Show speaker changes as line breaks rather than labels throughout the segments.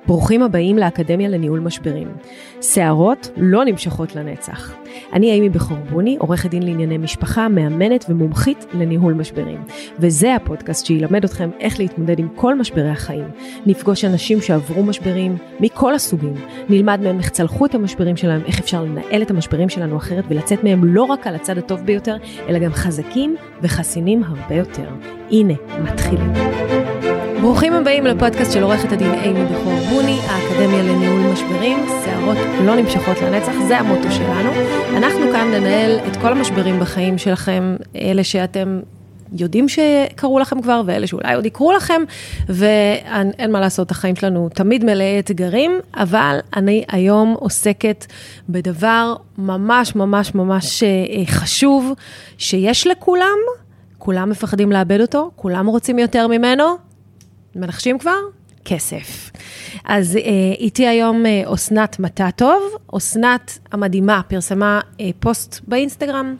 ברוכים הבאים לאקדמיה לניהול משברים. שערות לא נמשכות לנצח. אני אימי בחורבוני, עורכת דין לענייני משפחה, מאמנת ומומחית לניהול משברים. וזה הפודקאסט שילמד אתכם איך להתמודד עם כל משברי החיים. נפגוש אנשים שעברו משברים מכל הסוגים. נלמד מהם איך צלחו את המשברים שלהם, איך אפשר לנהל את המשברים שלנו אחרת ולצאת מהם לא רק על הצד הטוב ביותר, אלא גם חזקים וחסינים הרבה יותר. הנה, מתחילים. ברוכים הבאים לפודקאסט של עורכת הדין אימי בחורבוני, האקדמיה לניהול משברים. שערות לא נמשכות לנצח, זה המוטו שלנו. אנחנו כאן ננהל את כל המשברים בחיים שלכם, אלה שאתם יודעים שקרו לכם כבר, ואלה שאולי עוד יקרו לכם, ואין מה לעשות, החיים שלנו תמיד מלאי אתגרים, אבל אני היום עוסקת בדבר ממש ממש ממש חשוב, שיש לכולם, כולם מפחדים לאבד אותו, כולם רוצים יותר ממנו, מנחשים כבר? כסף. אז איתי היום אסנת מטטוב, אסנת המדהימה פרסמה פוסט באינסטגרם,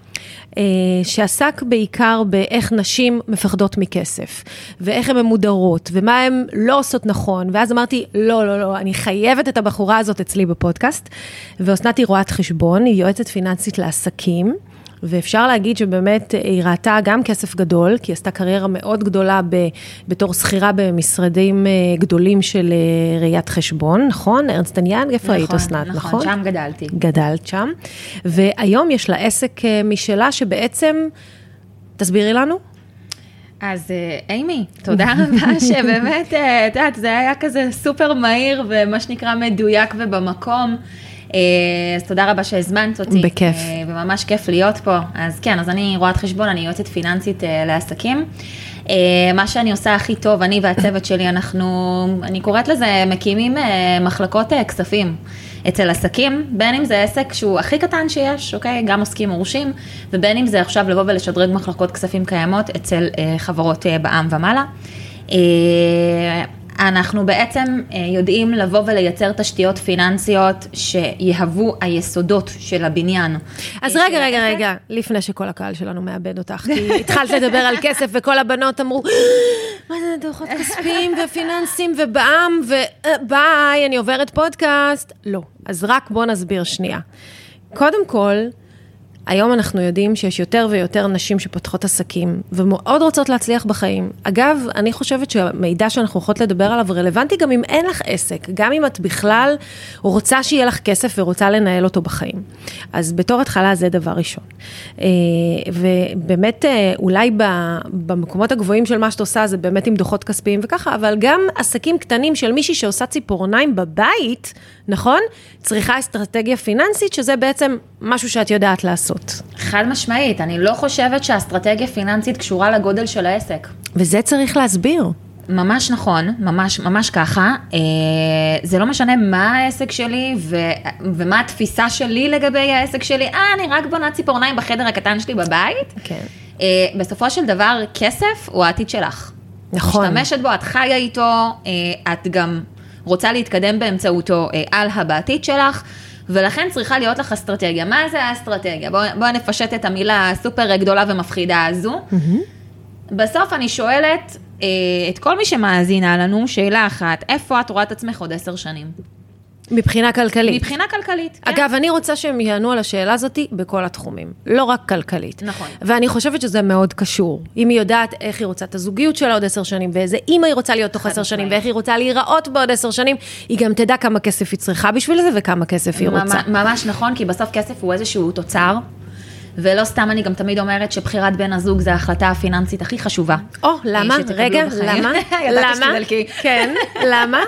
שעסק בעיקר באיך נשים מפחדות מכסף, ואיך הן מודרות, ומה הן לא עושות נכון, ואז אמרתי, לא, אני חייבת את הבחורה הזאת אצלי בפודקאסט, ואסנת היא רואת חשבון, היא יועצת פיננסית לעסקים, ואפשר להגיד שבאמת היא ראתה גם כסף גדול, כי היא עשתה קריירה מאוד גדולה בתור שכירה במשרדים גדולים של ראיית חשבון, נכון? ארנסט אנד יאנג, איפה היית אסנת, נכון?
נכון, שם גדלתי.
גדלת שם, והיום יש לה עסק משלה שבעצם, תסבירי לנו?
אז אימי, תודה רבה שבאמת, את יודעת, זה היה כזה סופר מהיר ומה שנקרא מדויק ובמקום, אז תודה רבה שהזמנת אותי.
בכיף.
וממש כיף להיות פה. אז כן, אז אני רואת חשבון, אני יועצת פיננסית לעסקים. מה שאני עושה הכי טוב, אני והצוות שלי, אני קוראת לזה, מקימים מחלקות כספים אצל עסקים, בין אם זה עסק שהוא הכי קטן שיש, אוקיי? גם עוסקים מורשים, ובין אם זה עכשיו לבוא ולשדרג מחלקות כספים קיימות אצל חברות בע"מ ומעלה. אנחנו בעצם יודעים לבוא ולייצר תשתיות פיננסיות שיהוו היסודות של הבניין.
אז רגע, לפני שכל הקהל שלנו מאבד אותך, כי התחלת לדבר על כסף וכל הבנות אמרו, מה זה דוחות כספיים ופיננסים ובע"מ וביי, אני עוברת פודקאסט. לא, אז רק בוא נסביר שנייה. קודם כל, היום אנחנו יודעים שיש יותר ויותר נשים שפותחות עסקים, ומאוד רוצות להצליח בחיים. אגב, אני חושבת שהמידע שאנחנו יכולות לדבר עליו רלוונטי גם אם אין לך עסק, גם אם את בכלל רוצה שיהיה לך כסף ורוצה לנהל אותו בחיים. אז בתור התחלה זה דבר ראשון. ובאמת אולי במקומות הגבוהים של מה שאת עושה זה באמת עם דוחות כספיים וככה, אבל גם עסקים קטנים של מישהי שעושה ציפורניים בבית, נכון? צריכה אסטרטגיה פיננסית, שזה בעצם משהו שאת יודעת לעשות.
חד משמעית, אני לא חושבת שהאסטרטגיה פיננסית קשורה לגודל של העסק.
וזה צריך להסביר.
ממש נכון, ממש ככה. זה לא משנה מה העסק שלי ומה התפיסה שלי לגבי העסק שלי. אני רק בונה ציפורניים בחדר הקטן שלי בבית.
כן.
בסופו של דבר, כסף הוא העתיד שלך.
נכון.
משתמשת בו, את חיה איתו, את גם רוצה להתקדם באמצעותו על הבעתיד שלך, ולכן צריכה להיות לך אסטרטגיה. מה זה האסטרטגיה? בואו נפשט את המילה הסופר גדולה ומפחידה הזו. בסוף אני שואלת את כל מי שמאזינה לנו, שאלה אחת, איפה את רואה את עצמך עוד 10 שנים?
מבחינה כלכלית.
מבחינה כלכלית, כן.
אגב, אני רוצה שהם יענו על השאלה הזאת בכל התחומים, לא רק כלכלית.
נכון.
ואני חושבת שזה מאוד קשור. אם היא יודעת איך היא רוצה את הזוגיות שלה עוד 10 שנים, ואיזה אמא היא רוצה להיות תוך 10 שנים, ואיך היא רוצה להיראות בעוד 10 שנים, היא גם תדע כמה כסף היא צריכה בשביל זה, וכמה כסף היא רוצה.
ממש נכון, כי בסוף כסף הוא איזשהו תוצר, ולא סתם אני גם תמיד אומרת שבחירת בן הזוג זה ההחלטה הפיננסית הכי חשובה.
למה? רגע, למה? למה? כן, למה?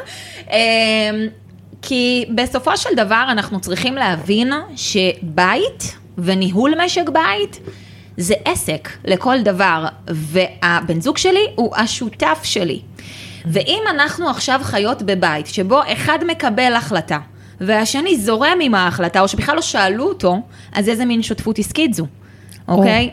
כי בסופו של דבר אנחנו צריכים להבין שבית וניהול משק בית זה עסק לכל דבר, והבן זוג שלי הוא השותף שלי. ואם אנחנו עכשיו חיות בבית שבו אחד מקבל החלטה, והשני זורם עם ההחלטה, או שבכלל לא שאלו אותו, אז איזה מין שותפות עסקית זו, אוקיי?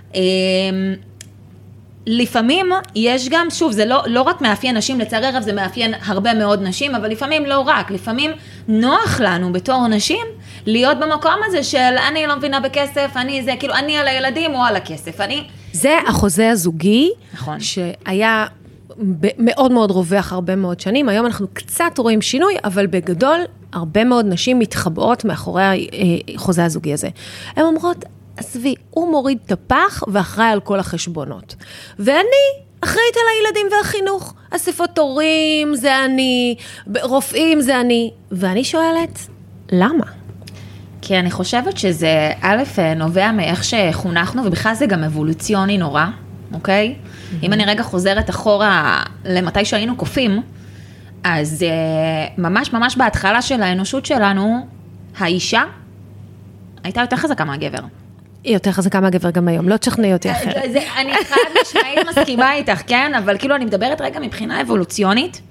לפעמים יש גם, שוב, זה לא רק מאפיין נשים, לצערי הרב זה מאפיין הרבה מאוד נשים, אבל לפעמים לא רק, לפעמים נוח לנו בתור נשים, להיות במקום הזה של אני לא מבינה בכסף, אני זה, כאילו אני על הילדים או על הכסף,
זה החוזה הזוגי,
נכון.
שהיה מאוד מאוד רווח הרבה מאוד שנים, היום אנחנו קצת רואים שינוי, אבל בגדול, הרבה מאוד נשים מתחבאות מאחורי החוזה הזוגי הזה. הן אומרות, עזבי, הוא מוריד את הפח ואחראי על כל החשבונות. ואני אחראית על הילדים והחינוך. אספות הורים זה אני, רופאים זה אני. ואני שואלת, למה?
כי אני חושבת שזה א' נובע מאיך שחונכנו, ובכלל זה גם אבולוציוני נורא, אוקיי? אם אני רגע חוזרת אחורה למתי שהיינו קופים, אז ממש ממש בהתחלה של האנושות שלנו, האישה הייתה יותר חזקה מהגבר.
היא יותר חזקה מהגבר גם היום, לא תשכנעי אותי אחרת.
אני חד משמעית מסכימה איתך, כן? אבל כאילו אני מדברת רגע מבחינה אבולוציונית.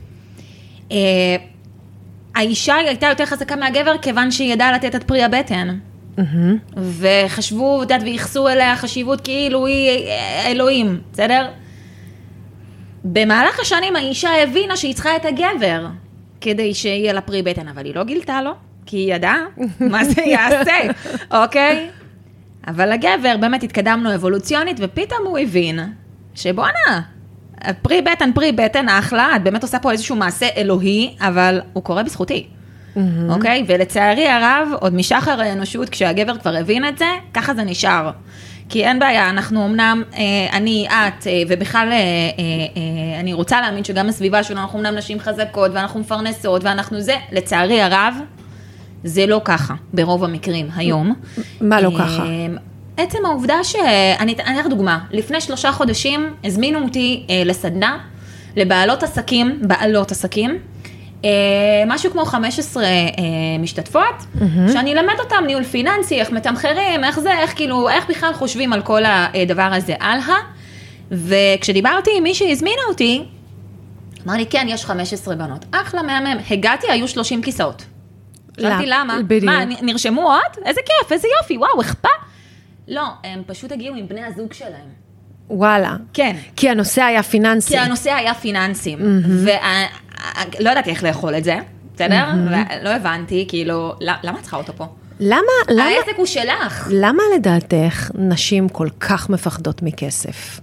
האישה הייתה יותר חזקה מהגבר, כיוון שהיא ידעה לתת את פרי הבטן. וחשבו, וייחסו אליה חשיבות כאילו היא אלוהים, בסדר? במהלך השנים האישה הבינה שהיא צריכה את הגבר, כדי שיהיה לה פרי בטן, אבל היא לא גילתה לו, כי היא ידעה מה זה יעשה, אוקיי? אבל הגבר, באמת התקדמנו אבולוציונית, ופתאום הוא הבין שבואנה, פרי בטן, אחלה, את באמת עושה פה איזשהו מעשה אלוהי, אבל הוא קורה בזכותי. אוקיי? ולצערי הרב, עוד משחר האנושות, כשהגבר כבר הבין את זה, ככה זה נשאר. כי אין בעיה, אנחנו אמנם, אני, את, ובכלל, אני רוצה להאמין שגם הסביבה שלנו, אנחנו אמנם נשים חזקות, ואנחנו מפרנסות, ואנחנו זה, לצערי הרב, זה לא ככה, ברוב המקרים, היום.
מה לא ככה?
עצם העובדה אני אתן לך דוגמה, לפני 3 חודשים, הזמינו אותי לסדנה, לבעלות עסקים, משהו כמו 15 משתתפות, שאני אלמד אותם ניהול פיננסי, איך מתמחרים, איך בכלל חושבים על כל הדבר הזה הלאה, וכשדיברתי עם מי שהזמינה אותי, אמר לי, כן, יש 15 בנות, אחלה מהמם, הגעתי, היו 30 כיסאות. שאלתי למה? מה, נרשמו עוד? איזה כיף, איזה יופי, וואו, אכפה? לא, הם פשוט הגיעו עם בני הזוג שלהם.
וואלה.
כן.
כי הנושא היה פיננסי.
כי הנושא היה פיננסים. ולא ידעתי איך לאכול את זה, בסדר? ולא הבנתי, כאילו, למה צריכה אותו פה?
למה?
העסק הוא שלך.
למה לדעתך נשים כל כך מפחדות מכסף?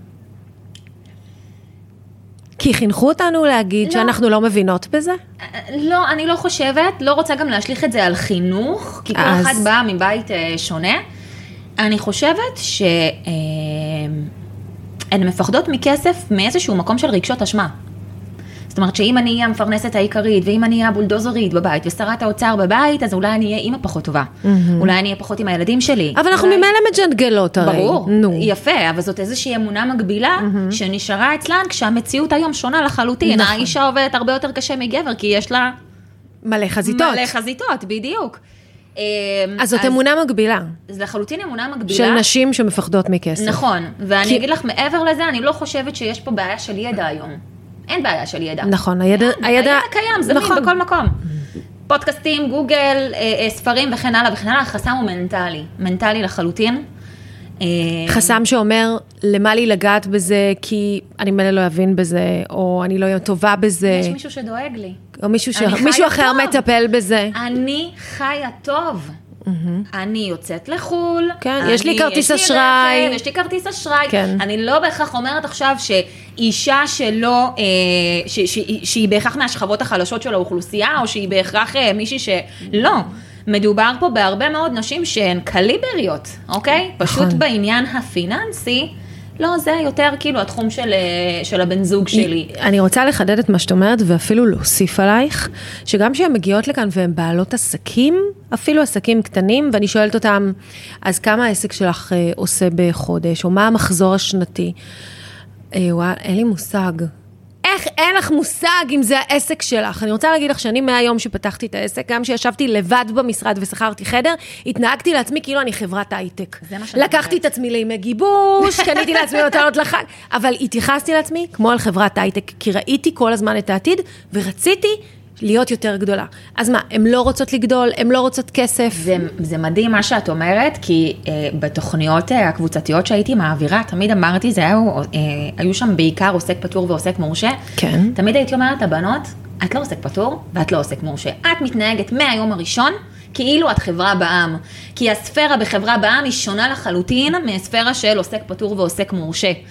כי חינכו אותנו להגיד שאנחנו לא מבינות בזה?
לא, אני לא חושבת, לא רוצה גם להשליך את זה על חינוך, כי כל אחד בא מבית שונה. אני חושבת שהן מפחדות מכסף מאיזשהו מקום של רגשות אשמה. זאת אומרת שאם אני אהיה המפרנסת העיקרית, ואם אני אהיה הבולדוזרית בבית, ושרת האוצר בבית, אז אולי אני אהיה אימא פחות טובה. אולי אני אהיה פחות עם הילדים שלי.
אבל אנחנו ממילא מג'נגלות הרי.
ברור, יפה, אבל זאת איזושהי אמונה מגבילה, שנשארה אצלן, כשהמציאות היום שונה לחלוטין. האישה עובדת הרבה יותר קשה מגבר, כי יש לה
מלא חזיתות.
מלא חזיתות, בדיוק.
אז זאת אמונה מגבילה.
זה לחלוטין אמונה מגבילה.
של נשים שמפחדות מכסף.
נכון, ואני אגיד לך, מעבר לזה, אני לא חושבת שיש פה בעיה של ידע היום. אין בעיה של ידע.
נכון, הידע
קיים, זמין בכל מקום. פודקאסטים, גוגל, ספרים וכן הלאה וכן הלאה, החסם הוא מנטלי לחלוטין.
חסם שאומר, למה לי לגעת בזה, כי אני מלא לא אבין בזה, או אני לא טובה בזה.
יש מישהו שדואג לי.
או מישהו אחר מטפל בזה.
אני חיה טוב. אני יוצאת לחול.
כן, יש לי כרטיס אשראי.
יש לי כרטיס אשראי. אני לא בהכרח אומרת עכשיו שאישה שלא, שהיא בהכרח מהשכבות החלשות של האוכלוסייה, או שהיא בהכרח מישהי שלא. מדובר פה בהרבה מאוד נשים שהן קליבריות, אוקיי? פשוט בעניין הפיננסי, לא, זה יותר כאילו התחום של הבן זוג שלי.
אני רוצה לחדד את מה שאת אומרת, ואפילו להוסיף עלייך, שגם שהן מגיעות לכאן והן בעלות עסקים, אפילו עסקים קטנים, ואני שואלת אותם, אז כמה העסק שלך עושה בחודש, או מה המחזור השנתי? אין לי מושג. איך אין לך מושג אם זה העסק שלך? אני רוצה להגיד לך שאני מהיום שפתחתי את העסק, גם שישבתי לבד במשרד ושכרתי חדר, התנהגתי לעצמי כאילו אני חברת הייטק. לקחתי את עצמי לימי גיבוש, קניתי לעצמי מתנות לחג, אבל התייחסתי לעצמי כמו על חברת הייטק, כי ראיתי כל הזמן את העתיד, ורציתי להיות יותר גדולה. אז מה, הן לא רוצות לגדול, הן לא רוצות כסף?
זה מדהים מה שאת אומרת, כי בתוכניות הקבוצתיות שהייתי מעבירה, תמיד אמרתי, היו שם בעיקר עוסק פטור ועוסק מורשה.
כן.
תמיד הייתי אומרת, הבנות, את לא עוסק פטור ואת לא עוסק מורשה. את מתנהגת מהיום הראשון, כאילו את חברה בעם. כי הספירה בחברה בעם היא שונה לחלוטין, מהספירה של עוסק פטור ועוסק מורשה.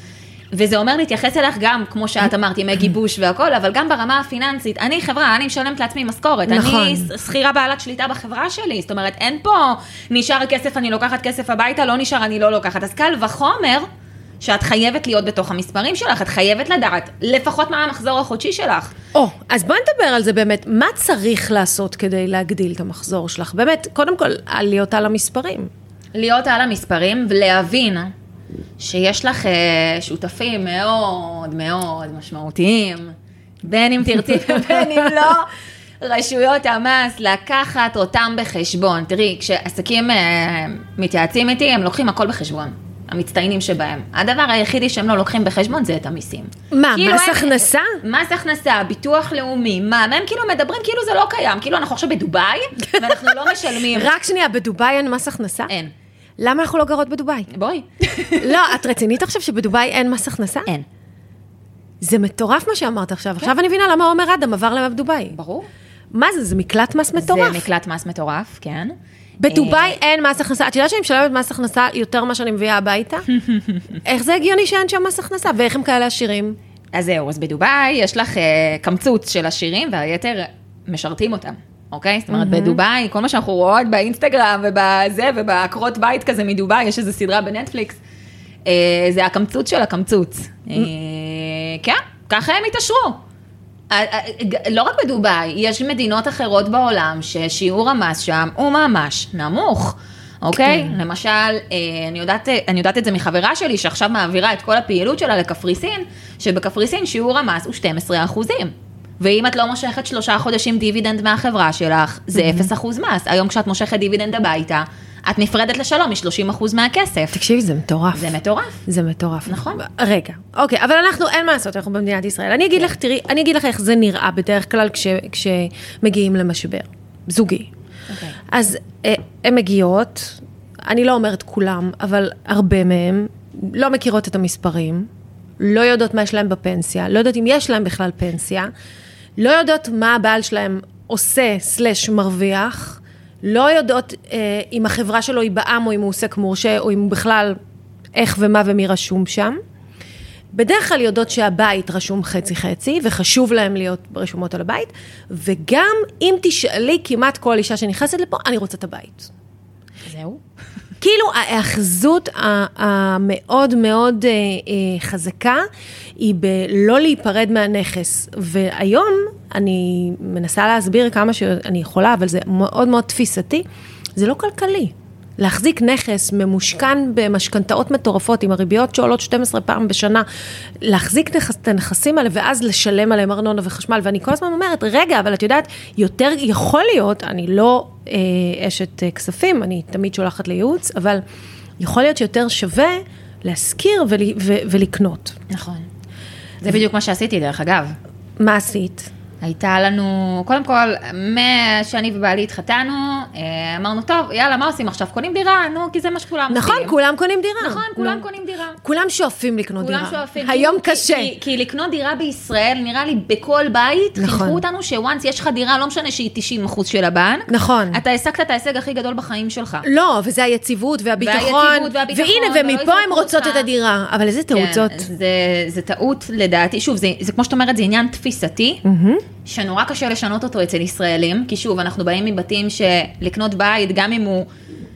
וזה אומר להתייחס אליך גם, כמו שאת אמרת, ימי גיבוש והכל, אבל גם ברמה הפיננסית. אני חברה, אני משלמת לעצמי משכורת.
נכון.
אני שכירה בעלת שליטה בחברה שלי. זאת אומרת, אין פה נשאר כסף, אני לוקחת כסף הביתה, לא נשאר, אני לא לוקחת. אז קל וחומר שאת חייבת להיות בתוך המספרים שלך, את חייבת לדעת, לפחות מה המחזור החודשי שלך.
אז בוא נדבר על זה באמת, מה צריך לעשות כדי להגדיל את המחזור שלך? באמת, קודם כל, להיות על המספרים.
להיות על המספרים ולהבין שיש לך שותפים מאוד מאוד משמעותיים, בין אם תרצי ובין אם לא, רשויות המס, לקחת אותם בחשבון. תראי, כשעסקים מתייעצים איתי, הם לוקחים הכל בחשבון. המצטיינים שבהם. הדבר היחידי שהם לא לוקחים בחשבון זה את המיסים.
מה, מס הכנסה?
מס הכנסה, ביטוח לאומי, מה? הם כאילו מדברים כאילו זה לא קיים, כאילו אנחנו עכשיו בדוביי, ואנחנו לא משלמים.
רק שנייה, בדוביי אין מס הכנסה?
אין.
למה אנחנו לא גרות בדוביי?
בואי.
לא, את רצינית עכשיו שבדוביי אין מס הכנסה?
אין.
זה מטורף מה שאמרת עכשיו. עכשיו אני מבינה למה עומר אדם עבר לדוביי.
ברור.
מה זה? זה מקלט מס מטורף.
זה מקלט מס מטורף, כן.
בדוביי אין מס הכנסה. את יודעת שאני משלמת מס הכנסה יותר ממה שאני מביאה הביתה? איך זה הגיוני שאין שם מס הכנסה? ואיך הם כאלה עשירים?
אז זהו, אז בדוביי יש לך קמצוץ של עשירים, והיתר משרתים אותם, אוקיי? זאת אומרת, בדוביי, כל מה שאנחנו רואות באינסטגרם ובזה, ובעקרות בית כזה מדוביי, יש איזו סדרה בנטפליקס, זה הקמצוץ של הקמצוץ. כן, ככה הם התעשרו. לא רק בדוביי, יש מדינות אחרות בעולם ששיעור המס שם הוא ממש נמוך, אוקיי? למשל, אני יודעת את זה מחברה שלי, שעכשיו מעבירה את כל הפעילות שלה לקפריסין, שבקפריסין שיעור המס הוא 12%. ואם את לא מושכת 3 חודשים דיבידנד מהחברה שלך, זה 0% מס. היום כשאת מושכת דיבידנד הביתה, את נפרדת לשלום מ-30% מהכסף.
תקשיבי, זה מטורף.
זה מטורף.
זה מטורף.
נכון.
רגע, אוקיי, אבל אנחנו, אין מה לעשות, אנחנו במדינת ישראל. אני אגיד לך, תראי, אני אגיד לך איך זה נראה בדרך כלל כשמגיעים למשבר. זוגי.
אוקיי.
אז הן מגיעות, אני לא אומרת כולם, אבל הרבה מהם לא מכירות את המספרים, לא יודעות מה יש להם בפנסיה, לא יודעות אם יש להם בכלל פנסיה, לא יודעות מה הבעל שלהם עושה / מרוויח, לא יודעות אם החברה שלו היא בעם או אם הוא עוסק מורשה, או אם הוא בכלל איך ומה ומי רשום שם. בדרך כלל יודעות שהבית רשום חצי-חצי, וחשוב להם להיות רשומות על הבית, וגם אם תשאלי כמעט כל אישה שנכנסת לפה, אני רוצה את הבית.
זהו.
כאילו האחזות המאוד מאוד חזקה, היא בלא להיפרד מהנכס. והיום אני מנסה להסביר כמה שאני יכולה, אבל זה מאוד מאוד תפיסתי, זה לא כלכלי. להחזיק נכס ממושכן במשכנתאות מטורפות, עם הריביות שעולות 12 פעם בשנה, להחזיק את הנכסים האלה, ואז לשלם עליהם ארנונה וחשמל, ואני כל הזמן אומרת, רגע, אבל את יודעת, יותר יכול להיות, אני לא אשת כספים, אני תמיד שולחת לייעוץ, אבל יכול להיות שיותר שווה להשכיר ולקנות.
נכון. זה בדיוק מה שעשיתי, דרך אגב.
מה עשית?
הייתה לנו, קודם כל, שאני ובעלי התחתנו, אמרנו, טוב, יאללה, מה עושים עכשיו? קונים דירה? נו, כי זה מה שכולם עושים.
נכון, כולם קונים דירה.
נכון, כולם קונים דירה.
כולם שואפים לקנות דירה.
כולם שואפים.
היום קשה.
כי לקנות דירה בישראל, נראה לי בכל בית,
נכון.
חינכו אותנו שוואנס יש לך דירה, לא משנה שהיא 90% של הבנק.
נכון.
אתה השגת את ההישג הכי גדול בחיים שלך.
לא, וזה היציבות והביטחון. והנה, ומפה הם רוצות את הדירה. אבל איזה טעות זאת.
זה טעות, לדעתי. שוב, זה כמו שאת אומרת, זה עניין תפיסתי, שנורא קשה לשנות אותו אצל ישראלים, כי שוב, אנחנו באים מבתים שלקנות בית, גם אם הוא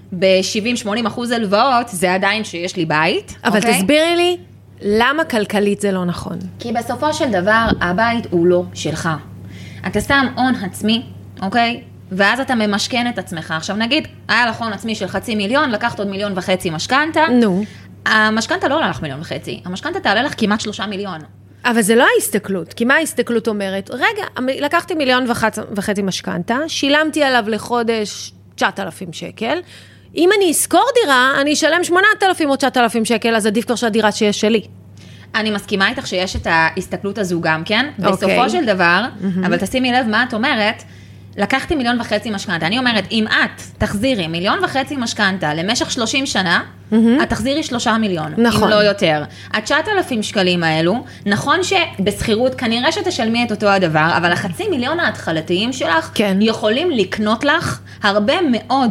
ב-70-80% הלוואות, זה עדיין שיש לי בית.
אבל תסבירי לי, למה כלכלית זה לא נכון?
כי בסופו של דבר, הבית הוא לא שלך. אתה שם הון עצמי, אוקיי? ואז אתה ממשכן את עצמך. עכשיו נגיד, היה לך הון עצמי של 500,000, לקחת עוד 1.5 מיליון משכנתה.
נו.
המשכנתה לא עולה לך 1.5 מיליון. המשכנתה תעלה לך כמעט 3 מיליון.
אבל זה לא ההסתכלות, כי מה ההסתכלות אומרת? רגע, לקחתי 1.5 מיליון משכנתה, שילמתי עליו לחודש 9,000 שקל, אם אני אזכור דירה, אני אשלם 8,000 או 9,000 שקל, אז עדיף כבר שהדירה שיש שלי.
אני מסכימה איתך שיש את ההסתכלות הזו גם, כן? בסופו של דבר, אבל תשימי לב מה את אומרת, לקחתי 1.5 מיליון משכנתה. אני אומרת, אם את תחזירי 1.5 מיליון משכנתה למשך 30 שנה, את תחזירי 3 מיליון,
נכון.
אם לא יותר. 9,000 שקלים האלו, נכון שבסחירות כנראה שתשלמי את אותו הדבר, אבל 500,000 ההתחלתיים שלך,
כן.
יכולים לקנות לך הרבה מאוד,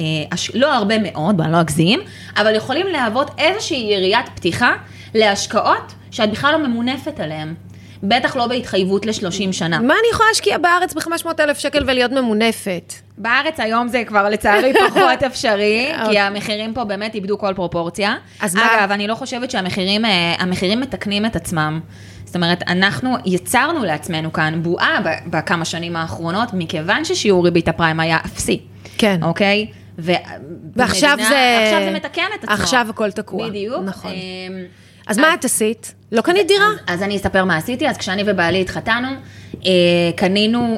לא הרבה מאוד, אני לא אגזים, אבל יכולים להוות איזושהי יריית פתיחה להשקעות שאת בכלל לא ממונפת עליהם. בטח לא בהתחייבות ל-30 שנה.
מה אני יכולה להשקיע בארץ ב-500,000 שקל ולהיות ממונפת?
בארץ היום זה כבר לצערי פחות אפשרי, כי המחירים פה באמת איבדו כל פרופורציה. אגב, אני לא חושבת שהמחירים מתקנים את עצמם. זאת אומרת, אנחנו יצרנו לעצמנו כאן בועה בכמה שנים האחרונות, מכיוון ששיעור ריבית הפריים היה אפסי.
כן.
אוקיי?
ועכשיו
זה מתקן את עצמו.
עכשיו הכל תקוע.
בדיוק.
נכון. אז מה את עשית? לא קנית דירה?
אז אני אספר מה עשיתי. אז כשאני ובעלי התחתנו, קנינו,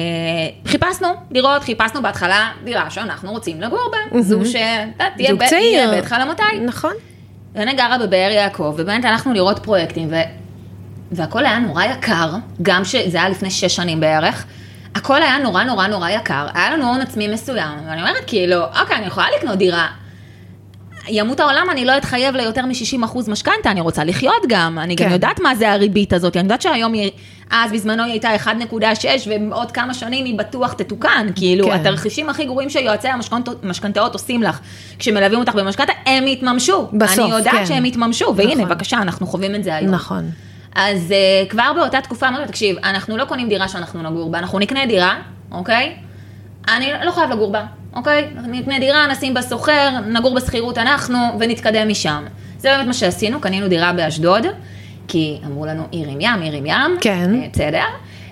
חיפשנו בהתחלה דירה שאנחנו רוצים לגור בה. זו שתהיה בית חלומותיי.
נכון.
ואני גרה בבאר יעקב, ובאמת הלכנו לראות פרויקטים, והכל היה נורא יקר, גם שזה היה לפני 6 שנים בערך, הכל היה נורא נורא נורא יקר, היה לנו הון עצמי מסוים, ואני אומרת כאילו, אוקיי, אני יכולה לקנות דירה, ימות העולם, אני לא אתחייב ליותר מ-60% משכנתה, אני רוצה לחיות גם, אני גם יודעת מה זה הריבית הזאת, אני יודעת שהיום אז בזמנו היא הייתה 1.6, ועוד כמה שנים היא בטוח תתוקן, כאילו, התרחישים הכי גרועים שיועצי המשכנתאות עושים לך, כשמלווים אותך במשכנתה, הם יתממשו, אני יודעת שהם יתממשו, והנה, בבקשה, אנחנו חווים את זה היום. נכון. אז כבר באותה תקופה, תקשיב, אנחנו לא קונים דירה שאנחנו נגור בה, אנחנו נקנה דירה, אוקיי? אני לא חייב לגור בה, אוקיי? נקנה דירה, נשים בה סוחר, נגור בסחירות אנחנו, ונתקדם משם. זה באמת מה שעשינו, קנינו דירה באשדוד, כי אמרו לנו עיר עם ים,
כן.
בסדר.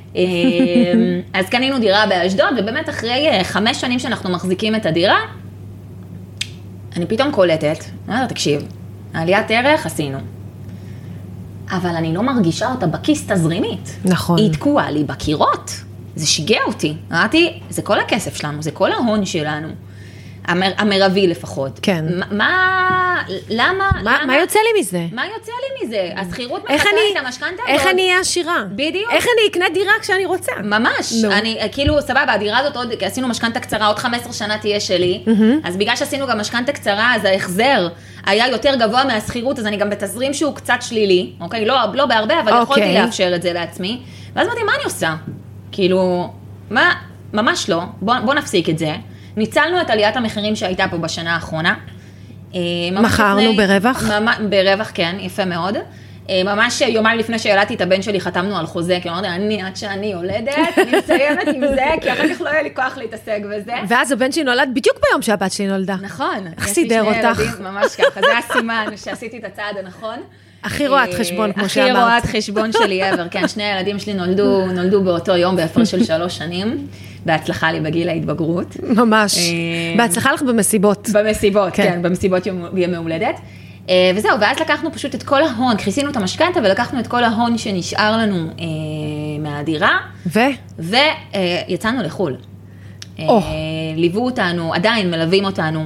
אז קנינו דירה באשדוד, ובאמת אחרי 5 שנים שאנחנו מחזיקים את הדירה, אני פתאום קולטת, תקשיב, עליית ערך עשינו. אבל אני לא מרגישה אותה בכיס תזרימית.
נכון.
היא תקועה לי בקירות. זה שיגע אותי. אמרתי, זה כל הכסף שלנו, זה כל ההון שלנו. המרבי לפחות. כן. למה?
מה יוצא לי מזה?
מה יוצא לי מזה? הסחירות מחכה את המשכנתה?
איך אני אהיה עשירה?
בדיוק.
איך אני אקנה דירה כשאני רוצה?
ממש. אני, כאילו, סבבה, הדירה הזאת עוד, עשינו משכנתה קצרה, עוד 15 שנה תהיה שלי. אז בגלל שעשינו גם משכנתה קצרה, אז ההחזר היה יותר גבוה מהסחירות, אז אני גם בתזרים שהוא קצת שלילי. אוקיי? לא בהרבה, אבל יכולתי לאפשר את זה לעצמי. ואז אמרתי, מה אני עושה? כאילו, ממש לא. בוא נפסיק את זה. ניצלנו את עליית המחירים שהייתה פה בשנה האחרונה.
מכרנו ברווח?
ברווח, כן, יפה מאוד. ממש יומיים לפני שילדתי את הבן שלי, חתמנו על חוזה, כי אמרתי, עד שאני יולדת, אני מסיימת עם זה, כי אחר כך לא יהיה לי כוח להתעסק בזה.
ואז הבן שלי נולד בדיוק ביום שהבת שלי נולדה.
נכון.
איך סידר אותך?
ממש ככה, זה הסימן שעשיתי את הצעד הנכון.
הכי רואת חשבון, כמו שאמרת.
הכי רואת חשבון שלי ever, כן, 2 הילדים שלי נולדו באותו יום, בהפרש של 3 שנים. בהצלחה לי בגיל ההתבגרות.
ממש. בהצלחה לך במסיבות.
במסיבות, כן, במסיבות יום הולדת. וזהו, ואז לקחנו פשוט את כל ההון, כיסינו את המשכנתה, ולקחנו את כל ההון שנשאר לנו מהדירה. ויצאנו לחול. ליוו אותנו, עדיין מלווים אותנו,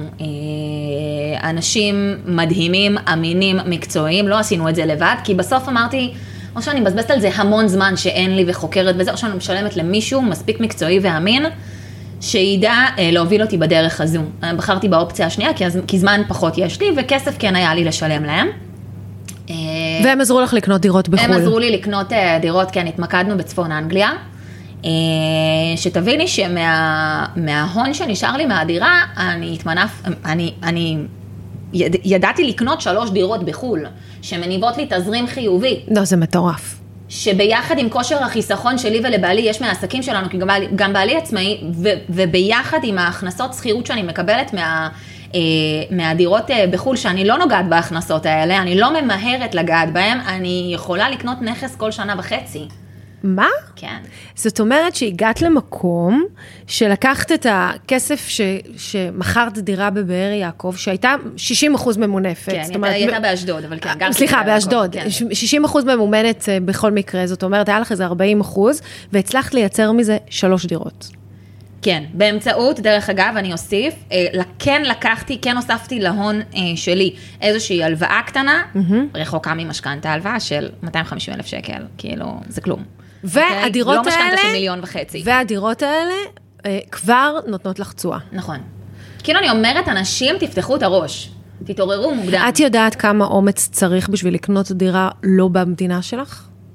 אנשים מדהימים, אמינים, מקצועיים, לא עשינו את זה לבד, כי בסוף אמרתי, או שאני מבזבזת על זה המון זמן שאין לי וחוקרת וזה, או שאני משלמת למישהו מספיק מקצועי ואמין, שידע להוביל אותי בדרך הזו. בחרתי באופציה השנייה, כי זמן פחות יש לי, וכסף כן היה לי לשלם להם.
והם עזרו לך לקנות דירות בחו"ל.
הם עזרו לי לקנות דירות, כן, התמקדנו בצפון אנגליה, שתביני שמההון שנשאר לי מהדירה, אני ידעתי לקנות 3 דירות בחו"ל, שמניבות לי תזרים חיובי.
לא, זה מטורף.
שביחד עם כושר החיסכון שלי ולבעלי, יש מהעסקים שלנו, כי גם בעלי עצמאי, וביחד עם ההכנסות שכירות שאני מקבלת מהדירות בחו"ל, שאני לא נוגעת בהכנסות האלה, אני לא ממהרת לגעת בהם, אני יכולה לקנות נכס כל 1.5 שנה.
מה?
כן.
זאת אומרת שהגעת למקום שלקחת את הכסף שמכרת דירה בבאר יעקב, שהייתה 60% ממונפת.
כן, היא הייתה באשדוד, אבל כן.
סליחה, באשדוד. 60% ממומנת בכל מקרה, זאת אומרת, היה לך איזה 40%, והצלחת לייצר מזה 3 דירות.
כן, באמצעות, דרך אגב, אני אוסיף, כן הוספתי להון שלי איזושהי הלוואה קטנה, רחוקה ממשכנתה, הלוואה של 250,000 שקל, כאילו, זה כלום.
והדירות האלה,
לא משכנתה של 1.5 מיליון.
והדירות האלה כבר נותנות לך תשואה.
נכון. כאילו אני אומרת, אנשים תפתחו את הראש, תתעוררו מוקדם.
את יודעת כמה אומץ צריך בשביל לקנות דירה לא במדינה שלך?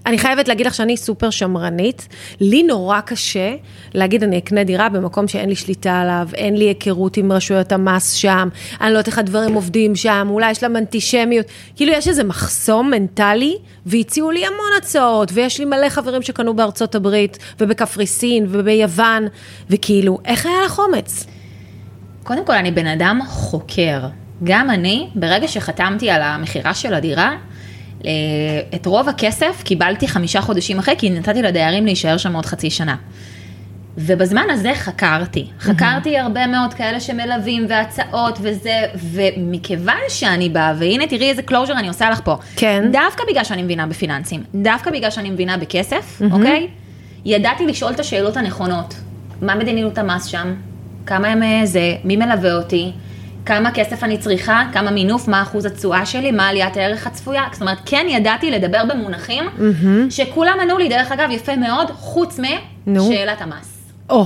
אני חייבת להגיד לך שאני סופר שמרנית, לי נורא קשה להגיד אני אקנה דירה במקום שאין לי שליטה עליו, אין לי היכרות עם רשויות המס שם, אני לא יודעת איך הדברים עובדים שם, אולי יש להם אנטישמיות, כאילו יש איזה מחסום מנטלי, והציעו לי המון הצעות, ויש לי מלא חברים שקנו בארצות הברית, ובקפריסין, וביוון, וכאילו, איך היה לך אומץ?
קודם כל, אני בן אדם חוקר. גם אני, ברגע שחתמתי על המחירה של הדירה, את רוב הכסף קיבלתי 5 חודשים אחרי, כי נתתי לדיירים להישאר שם עוד חצי שנה. ובזמן הזה חקרתי הרבה מאוד כאלה שמלווים והצעות וזה, ומכיוון שאני באה, והנה תראי איזה קלוז'ר אני עושה לך פה. כן. דווקא בגלל שאני מבינה בפיננסים, דווקא בגלל שאני מבינה בכסף, אוקיי? ידעתי לשאול את השאלות הנכונות. מה מדיניות המס שם? כמה הם זה? מי מלווה אותי? כמה כסף אני צריכה, כמה מינוף, מה אחוז התשואה שלי, מה עליית הערך הצפויה. זאת אומרת, כן ידעתי לדבר במונחים, שכולם ענו לי, דרך אגב, יפה מאוד, חוץ משאלת המס.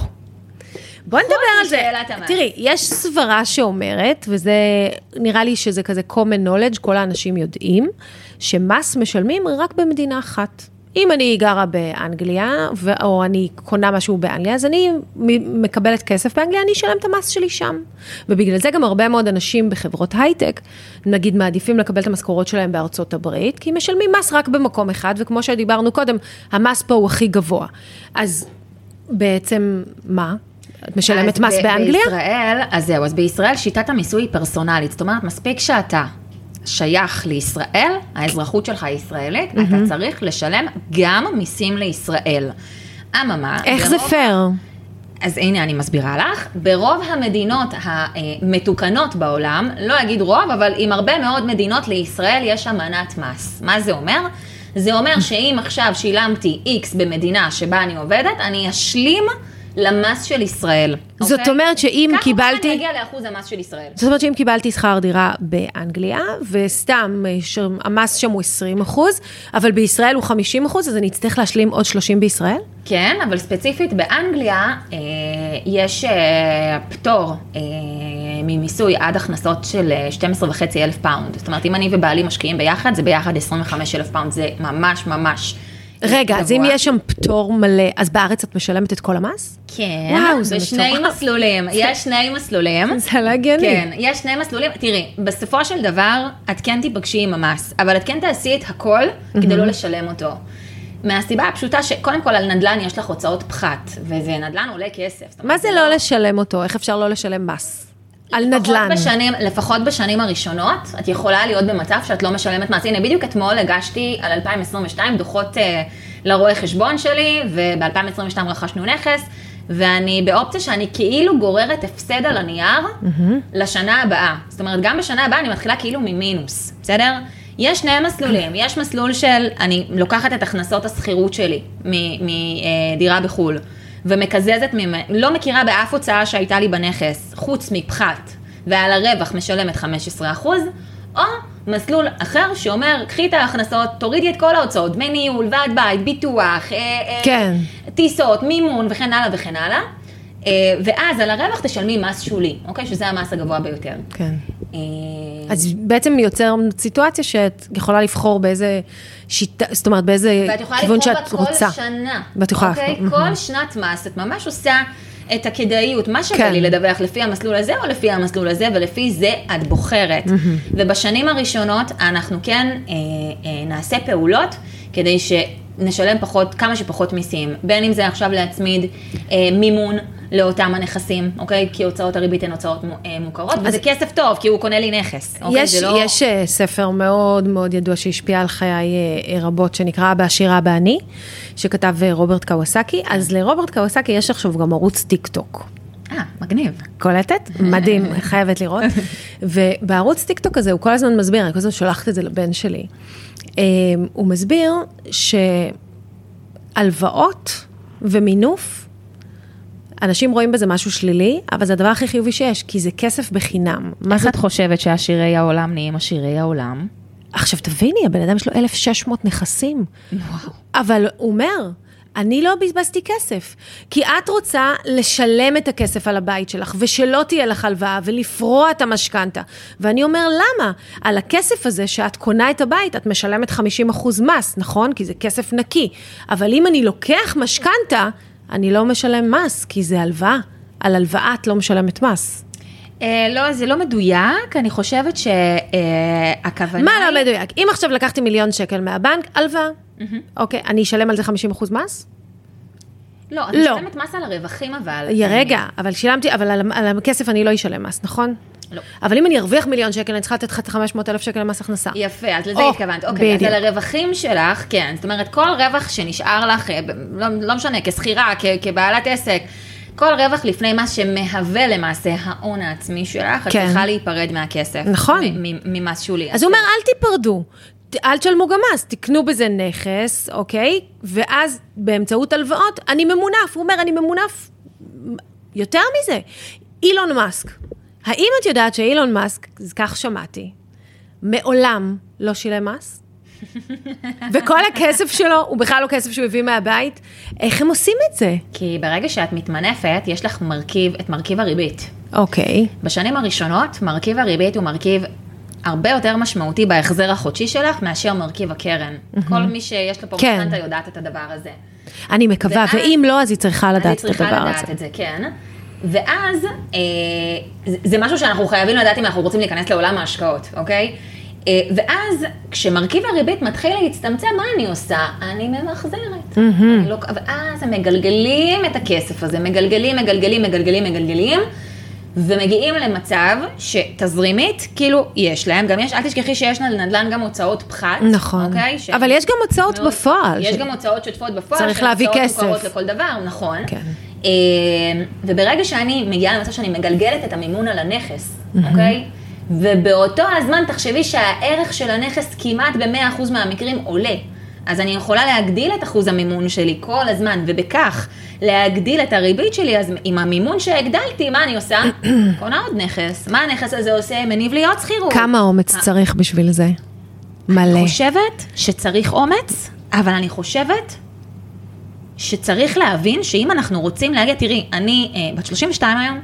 בוא נדבר על זה. תראי, יש סברה שאומרת, וזה נראה לי שזה כזה common knowledge, כל האנשים יודעים, שמס משלמים רק במדינה אחת. אם אני גרה באנגליה, או אני קונה משהו באנגליה, אז אני מקבלת כסף באנגליה, אני אשלם את המס שלי שם. ובגלל זה גם הרבה מאוד אנשים בחברות הייטק, נגיד מעדיפים לקבל את המשכורות שלהם בארצות הברית, כי משלמים מס רק במקום אחד, וכמו שדיברנו קודם, המס פה הוא הכי גבוה. אז בעצם מה? את משלמת מס באנגליה?
בישראל, אז זהו, אז בישראל שיטת המיסוי היא פרסונלית, זאת אומרת, מספיק שאתה שייך לישראל, האזרחות שלך היא ישראלית, אתה צריך לשלם גם מיסים לישראל. אממה,
איך זה פייר?
אז הנה אני מסבירה לך, ברוב המדינות המתוקנות בעולם, לא אגיד רוב, אבל עם הרבה מאוד מדינות לישראל יש אמנת מס. מה זה אומר? זה אומר שאם עכשיו שילמתי X במדינה שבה אני עובדת, אני אשלים למס של ישראל.
זאת אומרת שאם קיבלתי...
ככה נגיע לאחוז המס של ישראל.
זאת אומרת שאם קיבלתי שכר דירה באנגליה, וסתם המס שם הוא 20%, אבל בישראל הוא 50%, אז אני אצטרך להשלים עוד 30 בישראל?
כן, אבל ספציפית באנגליה יש פטור ממיסוי עד הכנסות של 12,500 פאונד. זאת אומרת, אם אני ובעלי משקיעים ביחד, זה ביחד 25,000 פאונד, זה ממש ממש...
רגע, אז אם יש שם פטור מלא, אז בארץ את משלמת את כל המס?
כן, בשני מסלולים. יש שני מסלולים.
זה לא הגיוני.
כן, יש שני מסלולים. תראי, בסופו של דבר, את כן תיפגשי עם המס, אבל את כן תעשי את הכל כדי לא לשלם אותו. מהסיבה הפשוטה שקודם כל על נדל"ן יש לך הוצאות פחת, וזה נדל"ן עולה כסף.
מה זה לא לשלם אותו? איך אפשר לא לשלם מס? על נדל"ן.
לפחות בשנים הראשונות, את יכולה להיות במצב שאת לא משלמת מס. הנה, בדיוק אתמול הגשתי על 2022 דוחות לרואה חשבון שלי, וב-2022 רכשנו נכס, ואני באופציה שאני כאילו גוררת הפסד על הנייר לשנה הבאה. זאת אומרת, גם בשנה הבאה אני מתחילה כאילו ממינוס, בסדר? יש שני מסלולים. יש מסלול של, אני לוקחת את הכנסות הסחירות שלי מדירה בחול, ומקזזת ממנו, לא מכירה באף הוצאה שהייתה לי בנכס, חוץ מפחת, ועל הרווח משלמת 15%, או מסלול אחר שאומר, קחי את ההכנסות, תורידי את כל ההוצאות, דמי ניהול, ועד בית, ביטוח,
כן.
טיסות, מימון וכן הלאה וכן הלאה, ואז על הרווח תשלמי מס שולי, אוקיי? שזה המס הגבוה ביותר.
כן. אז בעצם יוצר סיטואציה שאת יכולה לבחור באיזה שיטה, זאת אומרת באיזה כיוון שאת רוצה.
ואת יכולה לבחור כל שנה.
ואת יכולה.
אוקיי? כל שנת מס, את ממש עושה את הכדאיות, מה שווה לי לדווח לפי המסלול הזה או לפי המסלול הזה, ולפי זה את בוחרת. ובשנים הראשונות אנחנו כן נעשה פעולות כדי שנשלם כמה שפחות מיסים. בין אם זה עכשיו להצמיד מימון, לאותם הנכסים, אוקיי? כי הוצאות הריבית הן הוצאות מוכרות, וזה כסף טוב, כי הוא קונה לי נכס.
יש ספר מאוד מאוד ידוע שהשפיע על חיי רבות, שנקרא בעשירה בעני, שכתב רוברט קוואסקי, אז לרוברט קוואסקי יש עכשיו גם ערוץ טיק טוק.
מגניב.
קולטת? מדהים, חייבת לראות. ובערוץ טיק טוק הזה, הוא כל הזמן מסביר, אני כל הזמן שולחת את זה לבן שלי, הוא מסביר שהלוואות ומינוף, אנשים רואים בזה משהו שלילי, אבל זה הדבר הכי חיובי שיש, כי זה כסף בחינם.
איך את חושבת שעשירי העולם נהיים עשירי העולם?
עכשיו תביני, הבן אדם יש לו 1,600 נכסים.
וואו.
אבל הוא אומר, אני לא בזבזתי כסף, כי את רוצה לשלם את הכסף על הבית שלך, ושלא תהיה לך הלוואה, ולפרוע את המשכנתה. ואני אומר, למה? על הכסף הזה שאת קונה את הבית, את משלמת 50% מס, נכון? כי זה כסף נקי. אבל אם אני לוקח משכנתה, אני לא משלם מס, כי זה הלוואה. על הלוואה את לא משלמת מס.
לא, זה לא מדויק, אני חושבת שהכוונה...
מה לא מדויק? אם עכשיו לקחתי 1,000,000 שקל מהבנק, הלוואה. אוקיי, אני אשלם על זה 50% מס?
לא, אני משלמת מס על הרווחים אבל...
רגע, אבל שילמתי, אבל על הכסף אני לא אשלם מס, נכון?
לא.
אבל אם אני ארוויח 1,000,000 שקל, אני צריכה לתת לך 500,000 שקל למס הכנסה.
יפה, אז לזה התכוונת. אוקיי, אז על הרווחים שלך, כן, זאת אומרת, כל רווח שנשאר לך, לא משנה, כסחירה, כבעלת עסק, כל רווח לפני מס שמהווה למעשה ההון העצמי שלך, את צריכה להיפרד מהכסף.
נכון.
ממס שולי.
אז הוא אומר, אל תיפרדו. אל תשלמו גם מס, תקנו בזה נכס, אוקיי? ואז באמצעות הלוואות, אני ממונף. הוא אומר, אני ממונף יותר מזה. אילון מאסק. האם את יודעת שאילון מאסק, כך שמעתי, מעולם לא שילם מס? וכל הכסף שלו, הוא בכלל לא כסף שהוא הביא מהבית. איך הם עושים את זה?
כי ברגע שאת מתמנפת, יש לך את מרכיב הריבית.
אוקיי.
בשנים הראשונות, מרכיב הריבית הוא מרכיב הרבה יותר משמעותי בהחזר החודשי שלך, מאשר מרכיב הקרן. כל מי שיש לו פה משכנתה יודעת את הדבר הזה.
אני מקווה, ואם לא, אז היא צריכה לדעת את הדבר הזה.
אני צריכה לדעת את זה, כן. ואז, זה משהו שאנחנו חייבים לדעת אם אנחנו רוצים להיכנס לעולם ההשקעות, אוקיי? ואז, כשמרכיב הריבית מתחיל להצטמצם, מה אני עושה? אני ממחזרת. ואז הם מגלגלים את הכסף הזה, מגלגלים, ומגיעים למצב שתזרימית, כאילו, יש להם, גם יש, אל תשכחי שיש לנדל"ן גם הוצאות פחת.
נכון.
אוקיי?
אבל יש גם הוצאות בפועל.
יש גם הוצאות שוטפות בפועל.
צריך להביא כסף.
הוצאות מוכרות לכל דבר, נכון.
כן.
וברגע שאני מגיעה למצב שאני מגלגלת את המימון על הנכס, אוקיי? ובאותו הזמן תחשבי שהערך של הנכס כמעט ב100% מהמקרים עולה. אז אני יכולה להגדיל את אחוז המימון שלי כל הזמן, ובכך להגדיל את הריבית שלי, אז עם המימון שהגדלתי, מה אני עושה? קונה עוד נכס. מה הנכס הזה עושה? מניב לי עוד שכירות.
כמה אומץ צריך בשביל זה? מלא.
אני חושבת שצריך אומץ, אבל אני חושבת שצריך להבין שאם אנחנו רוצים להגיע, תראי, אני בת 32 היום,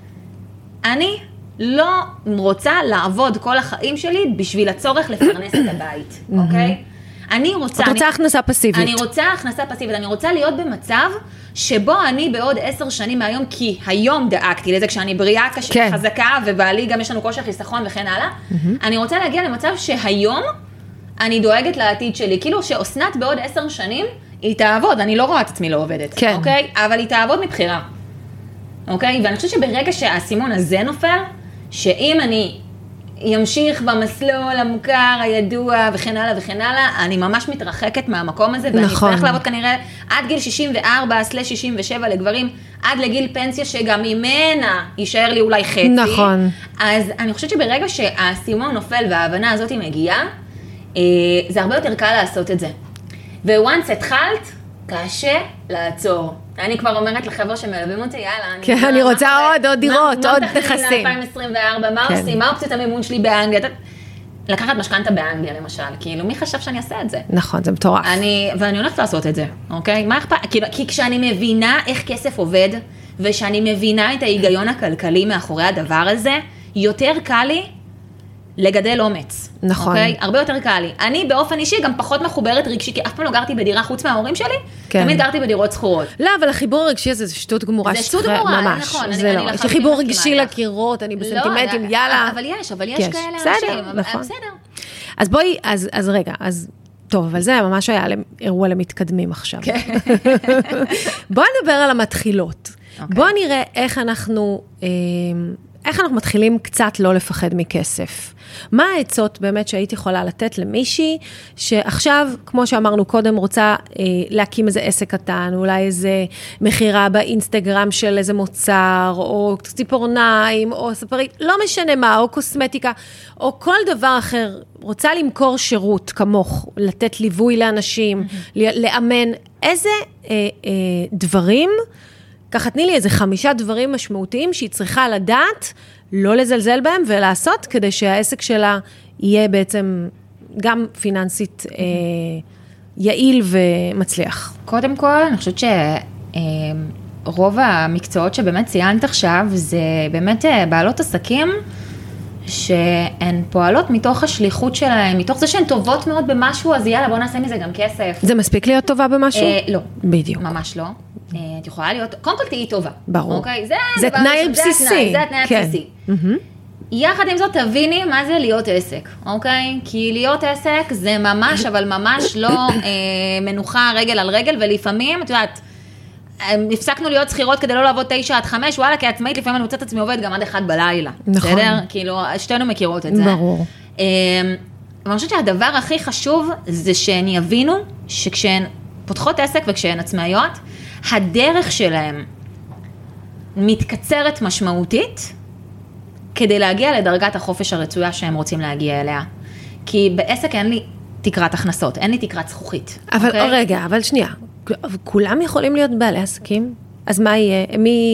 אני לא רוצה לעבוד כל החיים שלי בשביל הצורך לפרנס את הבית, אוקיי? אני רוצה...
את רוצה הכנסה פסיבית.
אני רוצה הכנסה פסיבית, אני רוצה להיות במצב שבו אני בעוד 10 שנים מהיום, כי היום דאגתי לזה, כשאני בריאה חזקה, ובעלי גם יש לנו כושר חיסכון וכן הלאה, אני רוצה להגיע למצב שהיום אני דואגת לעתיד שלי, כאילו שאוסנת בעוד 10 שנים, היא תעבוד, אני לא רואה את עצמי לא עובדת,
כן.
אוקיי? אבל היא תעבוד מבחירה, אוקיי? ואני חושבת שברגע שהסימון הזה נופל, שאם אני ימשיך במסלול המוכר, הידוע וכן הלאה וכן הלאה, אני ממש מתרחקת מהמקום הזה, ואני צריך לעבוד כנראה עד גיל 64/67 לגברים, עד לגיל פנסיה שגם ממנה יישאר לי אולי חצי.
נכון.
אז אני חושבת שברגע שהסימון נופל וההבנה הזאת מגיעה, זה הרבה יותר קל לעשות את זה. וואנס התחלת, קשה לעצור. אני כבר אומרת לחבר'ה שמלווים אותי, יאללה.
כן, אני רוצה עוד דירות, עוד נכסים.
מה תכניני ל-2024, מה עושים, מה אופציות המימון שלי באנגליה? לקחת משכנתה באנגליה למשל, כאילו, מי חשב שאני אעשה את זה?
נכון, זה מטורף.
ואני הולכת לעשות את זה, אוקיי? מה אכפת? כי כשאני מבינה איך כסף עובד, ושאני מבינה את ההיגיון הכלכלי מאחורי הדבר הזה, יותר קל לי לגדל אומץ.
נכון.
אוקיי? הרבה יותר קל לי. אני באופן אישי גם פחות מחוברת רגשי, כי אף פעם לא גרתי בדירה חוץ מההורים שלי,
כן.
תמיד גרתי בדירות שכורות.
לא, אבל החיבור הרגשי הזה זה שטות גמורה.
זה שטות גמורה,
ממש.
נכון.
זה לא. יש לי חיבור רגשי לקירות, אני בסנטימנטים, יאללה.
אבל יש כאלה אנשים.
נכון.
בסדר.
אז בואי, אז רגע, אז טוב, אבל זה ממש היה אירוע למתקדמים עכשיו. בואו נדבר על המתחילות. בואו נראה איך אנחנו מתחילים קצת לא לפחד מכסף. מה העצות באמת שהייתי יכולה לתת למישהי, שעכשיו, כמו שאמרנו קודם, רוצה להקים איזה עסק קטן, אולי איזה מחירה באינסטגרם של איזה מוצר, או ציפורניים, או ספרית, לא משנה מה, או קוסמטיקה, או כל דבר אחר, רוצה למכור שירות כמוך, לתת ליווי לאנשים, לאמן, איזה דברים, ככה תני לי איזה 5 דברים משמעותיים שהיא צריכה לדעת, לא לזלזל בהם ולעשות, כדי שהעסק שלה יהיה בעצם גם פיננסית יעיל ומצליח?
קודם כל, אני חושבת רוב המקצועות שבאמת ציינת עכשיו, זה באמת בעלות עסקים, שהן פועלות מתוך השליחות שלהן, מתוך זה שהן טובות מאוד במשהו, אז יאללה, בוא נעשה מזה גם כסף.
זה מספיק להיות טובה במשהו?
לא.
בדיוק.
ממש לא. את יכולה להיות, קודם כל תהיי טובה.
ברור.
אוקיי?
זה תנאי בסיסי.
זה התנאי הבסיסי. יחד עם זאת, תביני מה זה להיות עסק, אוקיי? כי להיות עסק זה ממש, אבל ממש לא מנוחה רגל על רגל, ולפעמים, את יודעת, הפסקנו להיות שכירות כדי לא לעבוד 9 עד 5, וואלה, כי עצמאית לפעמים אני מוצאת עצמי עובד גם עד 1 בלילה.
נכון.
בסדר? כאילו, שתינו מכירות את זה.
ברור.
ואני חושבת שהדבר הכי חשוב זה שהן יבינו שכשהן פותחות עסק וכשהן עצמאיות, הדרך שלהן מתקצרת משמעותית כדי להגיע לדרגת החופש הרצויה שהם רוצים להגיע אליה. כי בעסק אין לי תקרת הכנסות, אין לי תקרת זכוכית.
אבל
אוקיי?
רגע, אבל שנייה, כולם יכולים להיות בעלי עסקים? אז מה יהיה?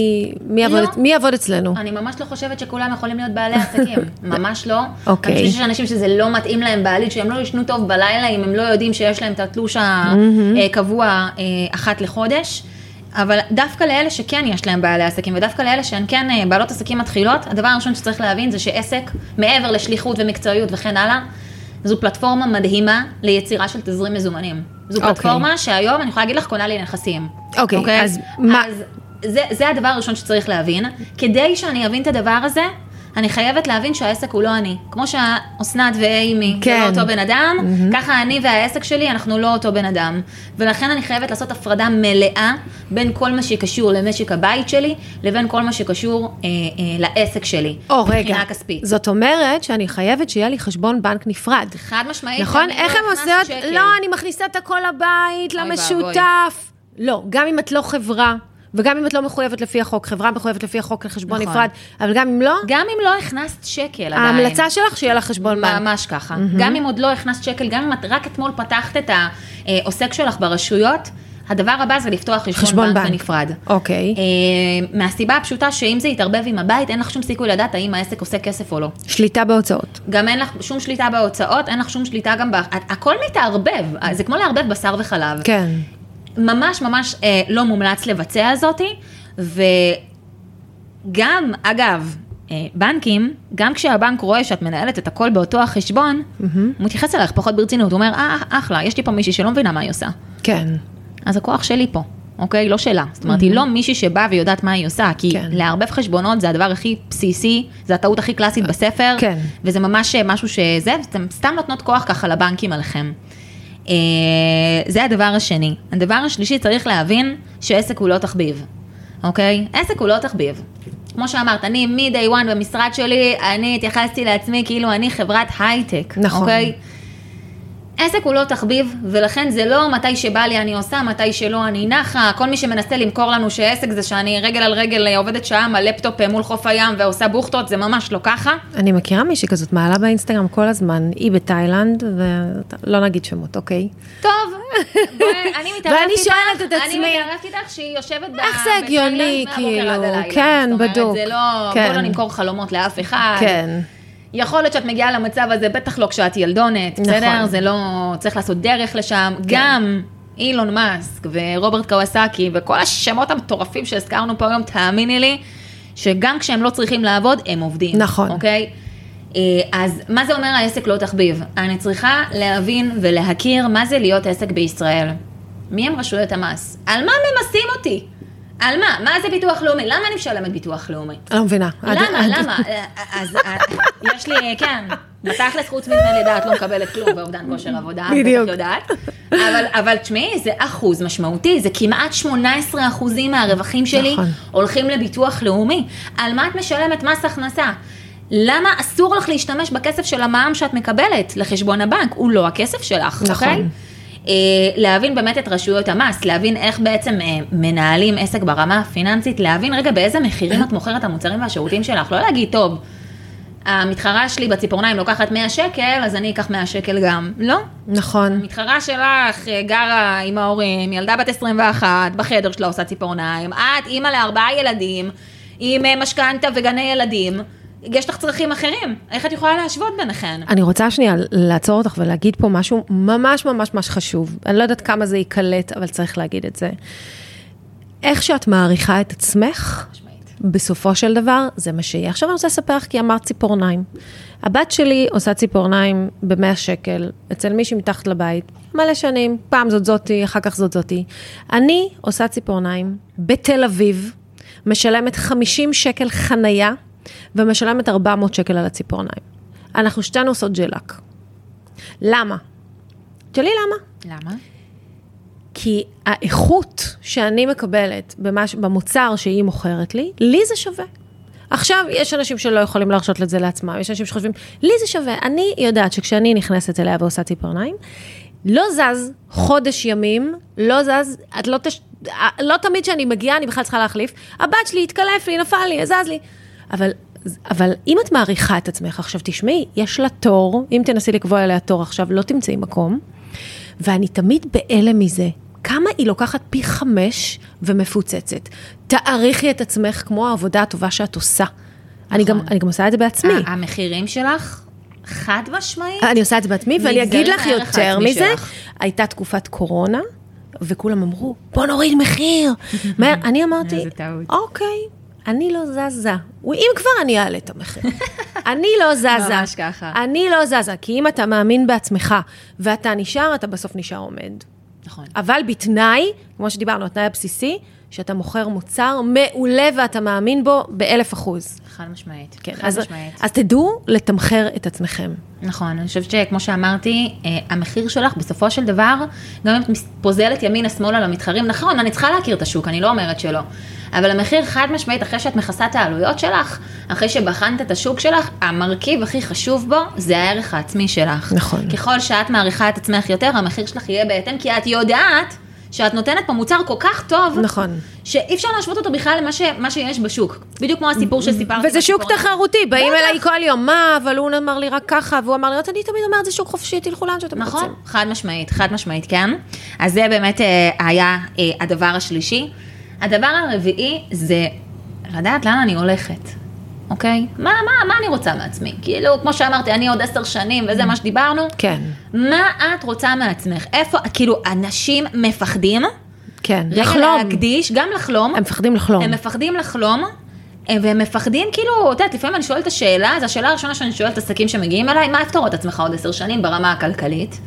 מי יעבוד אצלנו?
אני ממש לא חושבת שכולם יכולים להיות בעלי עסקים, ממש לא.
אוקיי.
אני חושבת שיש אנשים שזה לא מתאים להם בעלית, שהם לא ישנו טוב בלילה, אם הם לא יודעים שיש להם את התלוש הקבוע אחת לחודש. אבל דווקא לאלה שכן יש להם בעלי עסקים, ודווקא לאלה שהן כן בעלות עסקים מתחילות, הדבר הראשון שצריך להבין זה שעסק, מעבר לשליחות ומקצועיות וכן הלאה, זו פלטפורמה מדהימה ליצירה של תזרים מזומנים. זו פלטפורמה שהיום אני יכולה להגיד לך קונה לי נכסים.
אוקיי, אז מה?
אז זה הדבר הראשון שצריך להבין. כדי שאני אבין את הדבר הזה, אני חייבת להבין שהעסק הוא לא אני. כמו שהאסנת ואימי זה לא אותו בן אדם, ככה אני והעסק שלי, אנחנו לא אותו בן אדם. ולכן אני חייבת לעשות הפרדה מלאה בין כל מה שקשור למשק הבית שלי, לבין כל מה שקשור לעסק שלי.
רגע, זאת אומרת שאני חייבת שיהיה לי חשבון בנק נפרד.
חד משמעית.
נכון? איך הם עושות? לא, אני מכניסה את הכל לבית, למשותף. לא, גם אם את לא חברה. וגם אם את לא מחויבת לפי החוק, חברה מחויבת לפי החוק לחשבון נפרד, אבל גם אם לא...
גם אם לא הכנסת שקל עדיין.
ההמלצה שלך שיהיה לך חשבון בנק.
ממש ככה. גם אם עוד לא הכנסת שקל, גם אם את רק אתמול פתחת את העוסק שלך ברשויות, הדבר הבא זה לפתוח חשבון בנק בנפרד.
אוקיי.
מהסיבה הפשוטה שאם זה יתערבב עם הבית, אין לך שום סיכוי לדעת האם העסק עושה כסף או לא.
שליטה בהוצאות.
גם אין לך שום שליטה בהוצאות, אין לך שום שליטה גם הכל מתערבב. זה כמו לערבב בשר וחלב.
כן.
ממש ממש לא מומלץ לבצע הזאתי, וגם, אגב, בנקים, גם כשהבנק רואה שאת מנהלת את הכל באותו החשבון, הוא מתייחס אליך פחות ברצינות, הוא אומר, אחלה, יש לי פה מישהי שלא מבינה מה היא עושה.
כן.
אז הכוח שלי פה, אוקיי? לא שלה. זאת אומרת, היא לא מישהי שבאה ויודעת מה היא עושה, כי לערבב חשבונות זה הדבר הכי בסיסי, זה הטעות הכי קלאסית בספר, וזה ממש משהו שזה, אתם סתם נותנות כוח ככה לבנקים עליכם. זה הדבר השני. הדבר השלישי צריך להבין שעסק הוא לא תחביב, אוקיי? עסק הוא לא תחביב. כמו שאמרת, אני מ-day one במשרד שלי, אני התייחסתי לעצמי כאילו אני חברת הייטק,
נכון.
אוקיי? עסק הוא לא תחביב, ולכן זה לא מתי שבא לי אני עושה, מתי שלא אני נחה, כל מי שמנסה למכור לנו שעסק זה שאני רגל על רגל עובדת שעה מהלפטופ מול חוף הים ועושה בוכטות, זה ממש לא ככה.
אני מכירה מישהי כזאת, מעלה באינסטגרם כל הזמן, היא בתאילנד, ולא נגיד שמות, אוקיי?
טוב, אני מתערבת
ואני שואלת את עצמי,
אני מתערבת איתך שהיא יושבת
איך זה הגיוני, כאילו, כן, בדוק.
זה לא, בוא לא נמכור חלומות לאף אחד.
כן.
יכול להיות שאת מגיעה למצב הזה, בטח לא כשאת ילדונת, בסדר? זה לא, צריך לעשות דרך לשם. גם אילון מאסק ורוברט קוואסקי וכל השמות המטורפים שהזכרנו פה היום, תאמיני לי, שגם כשהם לא צריכים לעבוד, הם עובדים.
נכון.
אוקיי? אז מה זה אומר העסק לא תחביב? אני צריכה להבין ולהכיר מה זה להיות עסק בישראל. מי הם רשויות המס? על מה ממסים אותי? על מה? מה זה ביטוח לאומי? למה אני משלמת ביטוח לאומי?
אני לא מבינה.
למה? אז יש לי, כן, בתכלס חוץ מדמי לידה, את לא מקבלת כלום באובדן כושר עבודה,
בדיוק.
יודעת. אבל תשמעי, זה אחוז משמעותי, זה כמעט 18% מהרווחים שלי הולכים לביטוח לאומי. על מה את משלמת מס הכנסה? למה אסור לך להשתמש בכסף של המע"מ שאת מקבלת לחשבון הבנק? הוא לא הכסף שלך, אוקיי? להבין באמת את רשויות המס, להבין איך בעצם מנהלים עסק ברמה הפיננסית, להבין רגע באיזה מחירים את מוכרת המוצרים והשירותים שלך, לא להגיד, טוב, המתחרה שלי בציפורניים לוקחת 100 שקל, אז אני אקח 100 שקל גם. לא.
נכון.
המתחרה שלך גרה עם ההורים, ילדה בת 21, בחדר שלה עושה ציפורניים, את אימא ל4 ילדים, עם משכנתה וגני ילדים, יש לך צרכים אחרים, איך את יכולה להשוות ביניכן?
אני רוצה שנייה לעצור אותך ולהגיד פה משהו ממש ממש ממש חשוב. אני לא יודעת כמה זה יקלט, אבל צריך להגיד את זה. איך שאת מעריכה את עצמך, בסופו של דבר, זה מה שיהיה. עכשיו אני רוצה לספר לך, כי אמרת ציפורניים. הבת שלי עושה ציפורניים ב100 שקל, אצל מישהי מתחת לבית, מלא שנים, פעם זאת זאתי, אחר כך זאת זאתי. אני עושה ציפורניים בתל אביב, משלמת 50 שקל חנייה, ומשלמת 400 שקל על הציפורניים. אנחנו שתינו עושות ג'לק. למה? תשאלי למה?
למה?
כי האיכות שאני מקבלת במוצר שהיא מוכרת לי, לי זה שווה. עכשיו, יש אנשים שלא יכולים להרשות את זה לעצמם, יש אנשים שחושבים, לי זה שווה. אני יודעת שכשאני נכנסת אליה ועושה ציפורניים, לא זז חודש ימים, לא זז, לא תמיד שאני מגיעה, אני בכלל צריכה להחליף, הבת שלי התקלף לי, נפל לי, זז לי. אבל אם את מעריכה את עצמך, עכשיו תשמעי, יש לה תור, אם תנסי לקבוע אליה תור עכשיו, לא תמצאי מקום, ואני תמיד באלה מזה, כמה היא לוקחת פי 5 ומפוצצת. תעריכי את עצמך כמו העבודה הטובה שאת עושה. אני גם עושה את זה בעצמי.
המחירים שלך חד משמעית?
אני עושה את זה בעצמי, ואני אגיד לך יותר מזה, הייתה תקופת קורונה, וכולם אמרו, בוא נוריד מחיר. אני אמרתי, אוקיי, אני לא זזה. אם כבר אני אעלה את המחיר. אני לא זזה.
ממש ככה.
אני לא זזה, כי אם אתה מאמין בעצמך, ואתה נשאר, אתה בסוף נשאר עומד.
נכון.
אבל בתנאי, כמו שדיברנו, התנאי הבסיסי, שאתה מוכר מוצר מעולה ואתה מאמין בו ב1,000%.
חד משמעית.
כן, אז תדעו לתמחר את עצמכם.
נכון, אני חושבת שכמו שאמרתי, המחיר שלך בסופו של דבר, גם אם את פוזלת ימינה שמאלה למתחרים, נכון, אני צריכה להכיר את השוק, אני לא אומרת שלא. אבל המחיר חד משמעית, אחרי שאת מכסה את העלויות שלך, אחרי שבחנת את השוק שלך, המרכיב הכי חשוב בו, זה הערך העצמי שלך.
נכון.
ככל שאת מעריכה את עצמך יותר, המחיר שלך יהיה בהתאם, כי את יודעת שאת נותנת פה מוצר כל כך טוב,
נכון.
שאי אפשר להשוות אותו בכלל למה שיש בשוק. בדיוק כמו הסיפור שסיפרתי.
וזה שוק תחרותי, באים אליי כל יום, מה, אבל הוא אמר לי רק ככה, והוא אמר לי, אני תמיד אומרת, זה שוק חופשי, תלכו לאן שאתם רוצים.
נכון, חד משמעית, כן. אז זה באמת היה הדבר השלישי. הדבר הרביעי זה לדעת לאן אני הולכת. אוקיי? מה אני רוצה מעצמי? כאילו, כמו שאמרתי, אני עוד 10 שנים, וזה מה שדיברנו.
כן.
מה את רוצה מעצמך? איפה, כאילו, אנשים מפחדים.
כן,
לחלום. רגע להקדיש, גם לחלום.
הם מפחדים לחלום.
הם מפחדים לחלום, והם מפחדים, כאילו, את יודעת, לפעמים אני שואלת את השאלה, זו השאלה הראשונה שאני שואלת עסקים שמגיעים אליי, מה יפתור את עצמך עוד 10 שנים ברמה הכלכלית?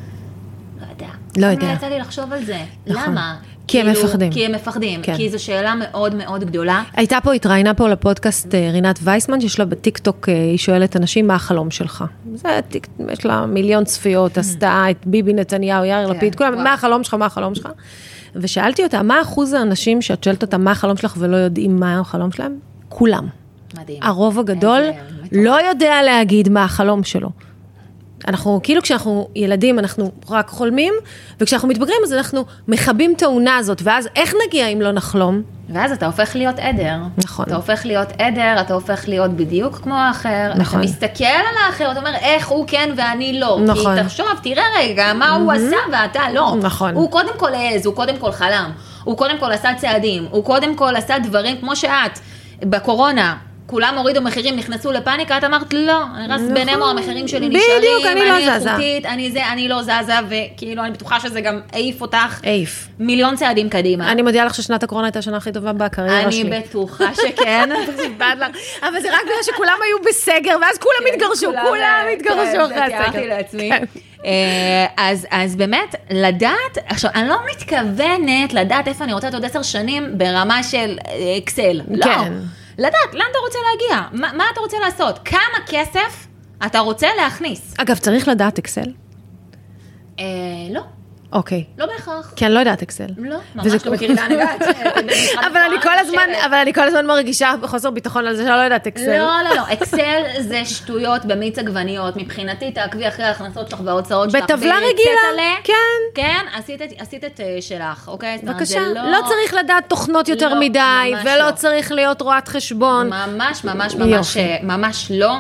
לא יודע.
לא יצא לי לחשוב על זה.
נכון.
למה?
כי הם מפחדים.
כי הם מפחדים,
כן.
כי זו שאלה מאוד מאוד גדולה.
התראיינה פה לפודקאסט רינת וייסמן, שיש לה בטיקטוק, היא שואלת אנשים, מה החלום שלך? יש לה מיליון צפיות, עשתה את ביבי נתניהו, יאיר לפיד, כולם, מה החלום שלך, מה החלום שלך? ושאלתי אותה, מה אחוז האנשים שאת שואלת אותה, מה החלום שלך ולא יודעים מה החלום שלהם? כולם.
מדהים.
הרוב הגדול לא יודע להגיד מה החלום שלו. אנחנו, כאילו כשאנחנו ילדים, אנחנו רק חולמים, וכשאנחנו מתבגרים, אז אנחנו מחבים את העונה הזאת, ואז איך נגיע אם לא נחלום?
ואז אתה הופך להיות עדר.
נכון.
אתה הופך להיות עדר, אתה הופך להיות בדיוק כמו האחר.
נכון.
אתה מסתכל על האחר, אתה אומר, איך הוא כן ואני לא.
נכון.
כי תחשוב, תראה רגע, מה הוא עשה ואתה לא.
נכון.
הוא קודם כל העז, הוא קודם כל חלם, הוא קודם כל עשה צעדים, הוא קודם כל עשה דברים כמו שאת, בקורונה, כולם הורידו מחירים, נכנסו לפאניקה, את אמרת, לא, אני רס בינינו, המחירים שלי נשארים,
בדיוק, אני לא זזה.
איכותית, אני לא זזה, וכאילו, אני בטוחה שזה גם העיף אותך.
העיף.
מיליון צעדים קדימה.
אני מודיעה לך ששנת הקורונה הייתה השנה הכי טובה בקריירה שלי.
אני בטוחה שכן.
אבל זה רק בגלל שכולם היו בסגר, ואז כולם התגרשו, כולם התגרשו אחרי הסגר.
תיארתי לעצמי. אז באמת, לדעת, עכשיו, אני לא מתכוונת לדעת איפה אני רוצה עוד 10 שנים ברמה של אקסל. לא. לדעת, לאן אתה רוצה להגיע? מה אתה רוצה לעשות? כמה כסף אתה רוצה להכניס?
אגב, צריך לדעת אקסל?
לא.
אוקיי.
לא בהכרח.
כי אני לא יודעת אקסל.
לא, ממש לא מכירי לאן הגעת.
אבל אני כל הזמן מרגישה בחוסר ביטחון על זה שאני לא יודעת אקסל.
לא. אקסל זה שטויות במיץ עגבניות. מבחינתי, תעקבי אחרי ההכנסות שלך וההוצאות שלך.
בטבלה רגילה, כן.
כן, עשית את שלך, אוקיי?
בבקשה, לא צריך לדעת תוכנות יותר מדי, ולא צריך להיות רואת חשבון.
ממש לא.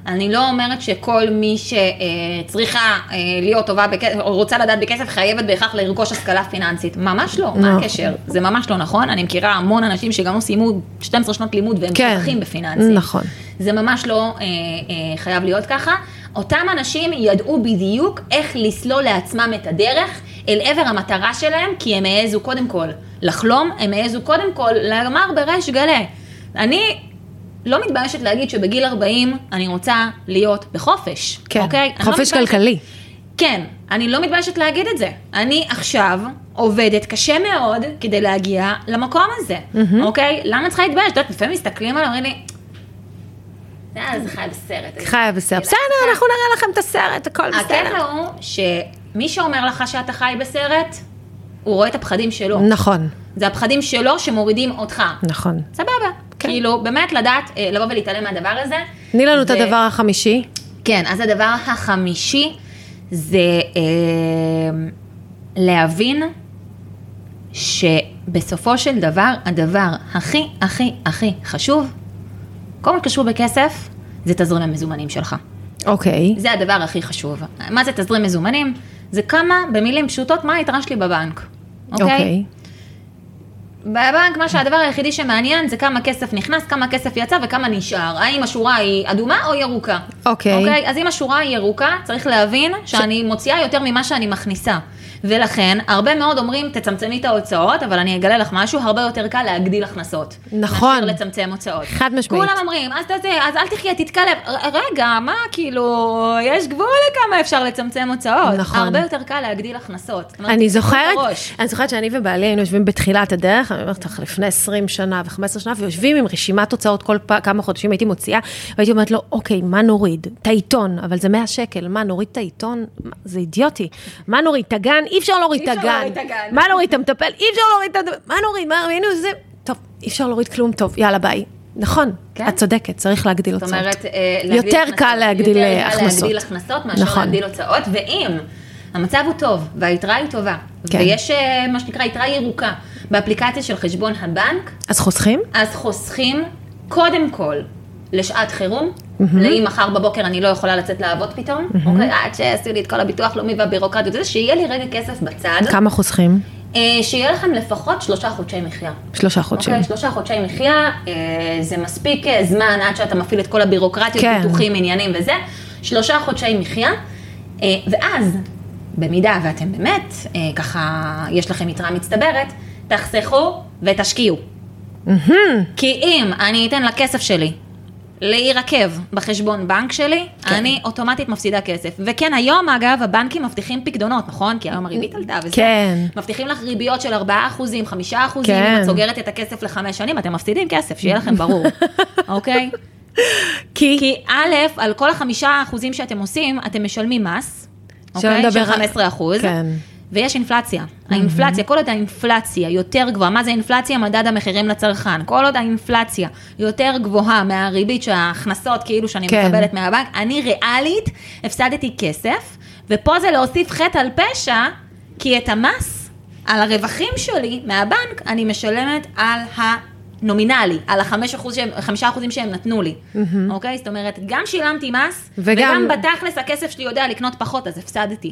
אני לא אומרת שכל מי שצריכה להיות טובה בכסף, או רוצה לדעת בכסף, חייבת בהכרח לרכוש השכלה פיננסית. ממש לא, מה הקשר? זה ממש לא נכון. אני מכירה המון אנשים שגם לא סיימו 12 שנות לימוד, והם שטחים בפיננסים.
נכון.
זה ממש לא חייב להיות ככה. אותם אנשים ידעו בדיוק איך לסלול לעצמם את הדרך אל עבר המטרה שלהם, כי הם העזו קודם כל לחלום, הם העזו קודם כל לומר בריש גלי. אני לא מתביישת להגיד שבגיל 40 אני רוצה להיות בחופש.
כן,
אוקיי?
חופש כלכלי.
כן, אני לא מתביישת להגיד את זה. אני עכשיו עובדת קשה מאוד כדי להגיע למקום הזה. אוקיי? למה צריכה להתבייש? את יודעת, לפעמים מסתכלים עליו, אומרים לי, זה חי בסרט.
חי בסרט. בסדר, אנחנו נראה לכם את הסרט, הכל בסדר.
הקטע הוא שמי שאומר לך שאתה חי בסרט, הוא רואה את הפחדים שלו.
נכון.
זה הפחדים שלו שמורידים אותך.
נכון.
סבבה. כאילו, באמת לדעת, לבוא ולהתעלם מהדבר הזה.
תני לנו את הדבר החמישי.
כן, אז הדבר החמישי זה להבין שבסופו של דבר, הדבר הכי, הכי, הכי חשוב, כל מה שקשור בכסף, זה תזרים המזומנים שלך.
אוקיי.
זה הדבר הכי חשוב. מה זה תזרים מזומנים? זה כמה, במילים פשוטות, מה היתרה שלי בבנק.
אוקיי.
בבנק, מה שהדבר היחידי שמעניין זה כמה כסף נכנס, כמה כסף יצא וכמה נשאר. האם השורה היא אדומה או ירוקה?
אוקיי.
אז אם השורה היא ירוקה, צריך להבין שאני מוציאה יותר ממה שאני מכניסה. ולכן, הרבה מאוד אומרים, תצמצמי את ההוצאות, אבל אני אגלה לך משהו, הרבה יותר קל להגדיל הכנסות.
נכון.
מאשר לצמצם הוצאות.
חד משמעית.
כולם אומרים, אז אל תחיה, תתקלב. רגע, מה, כאילו, יש גבול לכמה אפשר לצמצם הוצאות.
נכון.
הרבה יותר קל להגדיל הכנסות.
אני זוכרת שאני ובעלי היינו יושבים בתחילת הדרך, אני אומרת לך, לפני 20 שנה ו-15 שנה, ויושבים עם רשימת הוצאות כל כמה חודשים הייתי מוציאה, והייתי אומרת לו, אוקיי, מה נוריד? את העיתון, אבל זה 100 שקל, מה נוריד את העיתון? זה אידיוטי. מה נוריד? תגן? אי אפשר להוריד את הגן. מה להוריד את המטפל? אי אפשר להוריד את המטפל. מה נוריד? מה ראינו? זה... טוב, אי אפשר להוריד כלום. טוב, יאללה, ביי. נכון, את צודקת, צריך להגדיל הוצאות.
זאת אומרת,
יותר קל להגדיל הכנסות.
להגדיל הכנסות מאשר להגדיל הוצאות, ואם המצב הוא טוב, והיתרה היא טובה, ויש מה שנקרא יתרה ירוקה, באפליקציה של חשבון הבנק,
אז חוסכים?
אז חוסכים קודם כל לשעת חירום, לאם מחר בבוקר אני לא יכולה לצאת לעבוד פתאום, אוקיי, עד שעשו לי את כל הביטוח לאומי והבירוקרטיות, זה שיהיה לי רגע כסף בצד.
כמה חוסכים?
שיהיה לכם לפחות 3 חודשי מחיה.
3 חודשים.
אוקיי, 3 חודשי מחיה, זה מספיק זמן עד שאתה מפעיל את כל הבירוקרטיות, פיתוחים, עניינים וזה, 3 חודשי מחיה, ואז, במידה ואתם באמת, ככה, יש לכם יתרה מצטברת, תחסכו ותשקיעו. כי אם אני אתן לכסף שלי, להירקב בחשבון בנק שלי, אני אוטומטית מפסידה כסף. וכן, היום אגב, הבנקים מבטיחים פקדונות, נכון? כי היום הריבית עלתה וזה.
כן.
מבטיחים לך ריביות של 4%, 5%, אם את סוגרת את הכסף ל5 שנים, אתם מפסידים כסף, שיהיה לכם ברור. אוקיי? כי א', על כל 5% שאתם עושים, אתם משלמים מס, אוקיי? של 15%. כן. ויש אינפלציה. האינפלציה, כל עוד האינפלציה יותר גבוהה, מה זה אינפלציה? מדד המחירים לצרכן. כל עוד האינפלציה יותר גבוהה מהריבית שההכנסות כאילו שאני מקבלת מהבנק, אני ריאלית הפסדתי כסף, ופה זה להוסיף חטא על פשע, כי את המס על הרווחים שלי מהבנק, אני משלמת על הנומינלי, על 5% שהם נתנו לי. אוקיי? זאת אומרת, גם שילמתי מס, וגם בתכלס הכסף שלי יודע לקנות פחות, אז הפסדתי.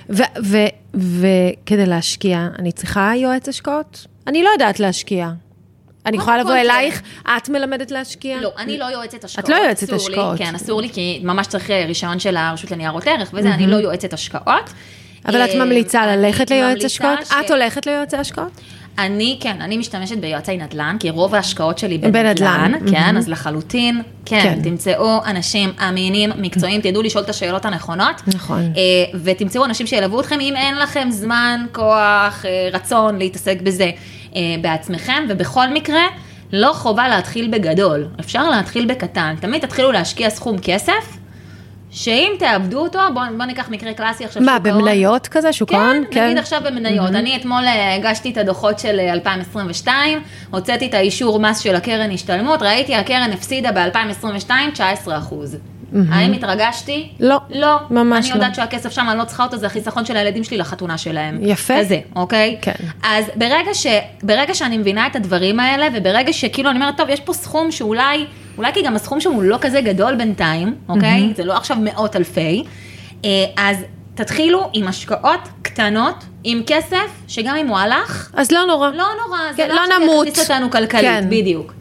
וכדי להשקיע, אני צריכה יועץ השקעות? אני לא יודעת להשקיע. אני יכולה לבוא אלייך, את מלמדת להשקיע?
לא, אני לא יועצת השקעות.
את לא יועצת השקעות.
כן, אסור לי, כי ממש צריך רישיון של הרשות לניירות ערך, וזה, אני לא יועצת השקעות.
אבל את ממליצה ללכת ליועץ השקעות? את הולכת ליועצי השקעות?
אני משתמשת ביועצי נדל"ן, כי רוב ההשקעות שלי בנדל"ן, כן, אז לחלוטין, כן, תמצאו אנשים אמינים, מקצועיים, תדעו לשאול את השאלות הנכונות,
נכון.
ותמצאו אנשים שילוו אתכם, אם אין לכם זמן, כוח, רצון להתעסק בזה בעצמכם, ובכל מקרה, לא חובה להתחיל בגדול, אפשר להתחיל בקטן, תמיד תתחילו להשקיע סכום כסף, שאם תעבדו אותו, בוא ניקח מקרה קלאסי עכשיו שוק ההון.
מה, במניות כזה, שוק ההון?
כן, נגיד עכשיו במניות. אני אתמול הגשתי את הדוחות של 2022, הוצאתי את האישור מס של הקרן השתלמות, ראיתי הקרן הפסידה ב-2022 19%. האם התרגשתי?
לא, ממש לא.
אני יודעת שהכסף שם, אני לא צריכה אותו, זה החיסכון של הילדים שלי לחתונה שלהם.
יפה.
כזה, אוקיי?
כן.
אז ברגע שאני מבינה את הדברים האלה, וברגע שכאילו אני אומרת, טוב, יש פה סכום שאולי אולי כי גם הסכום שהוא לא כזה גדול בינתיים, אוקיי? זה לא עכשיו מאות אלפי, אז תתחילו עם השקעות קטנות, עם כסף, שגם אם הוא הלך,
אז לא נורא.
לא נורא, זה
לא נמות.
יכניס אותנו כלכלית, בדיוק.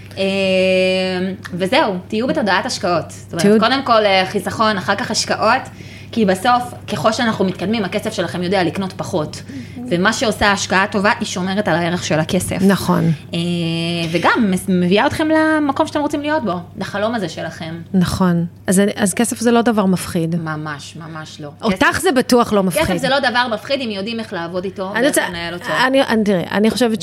וזהו, תהיו בתודעת השקעות. זאת אומרת, קודם כל חיסכון, אחר כך השקעות, כי בסוף, ככל שאנחנו מתקדמים, הכסף שלכם יודע לקנות פחות. ומה שעושה השקעה טובה, היא שומרת על הערך של הכסף.
נכון.
וגם מביאה אתכם למקום שאתם רוצים להיות בו, לחלום הזה שלכם.
נכון. אז כסף זה לא דבר מפחיד.
ממש, ממש לא.
אותך זה בטוח לא מפחיד.
כסף זה לא דבר מפחיד, אם יודעים איך לעבוד איתו, ואיך לנהל אותו.
תראה, אני חושבת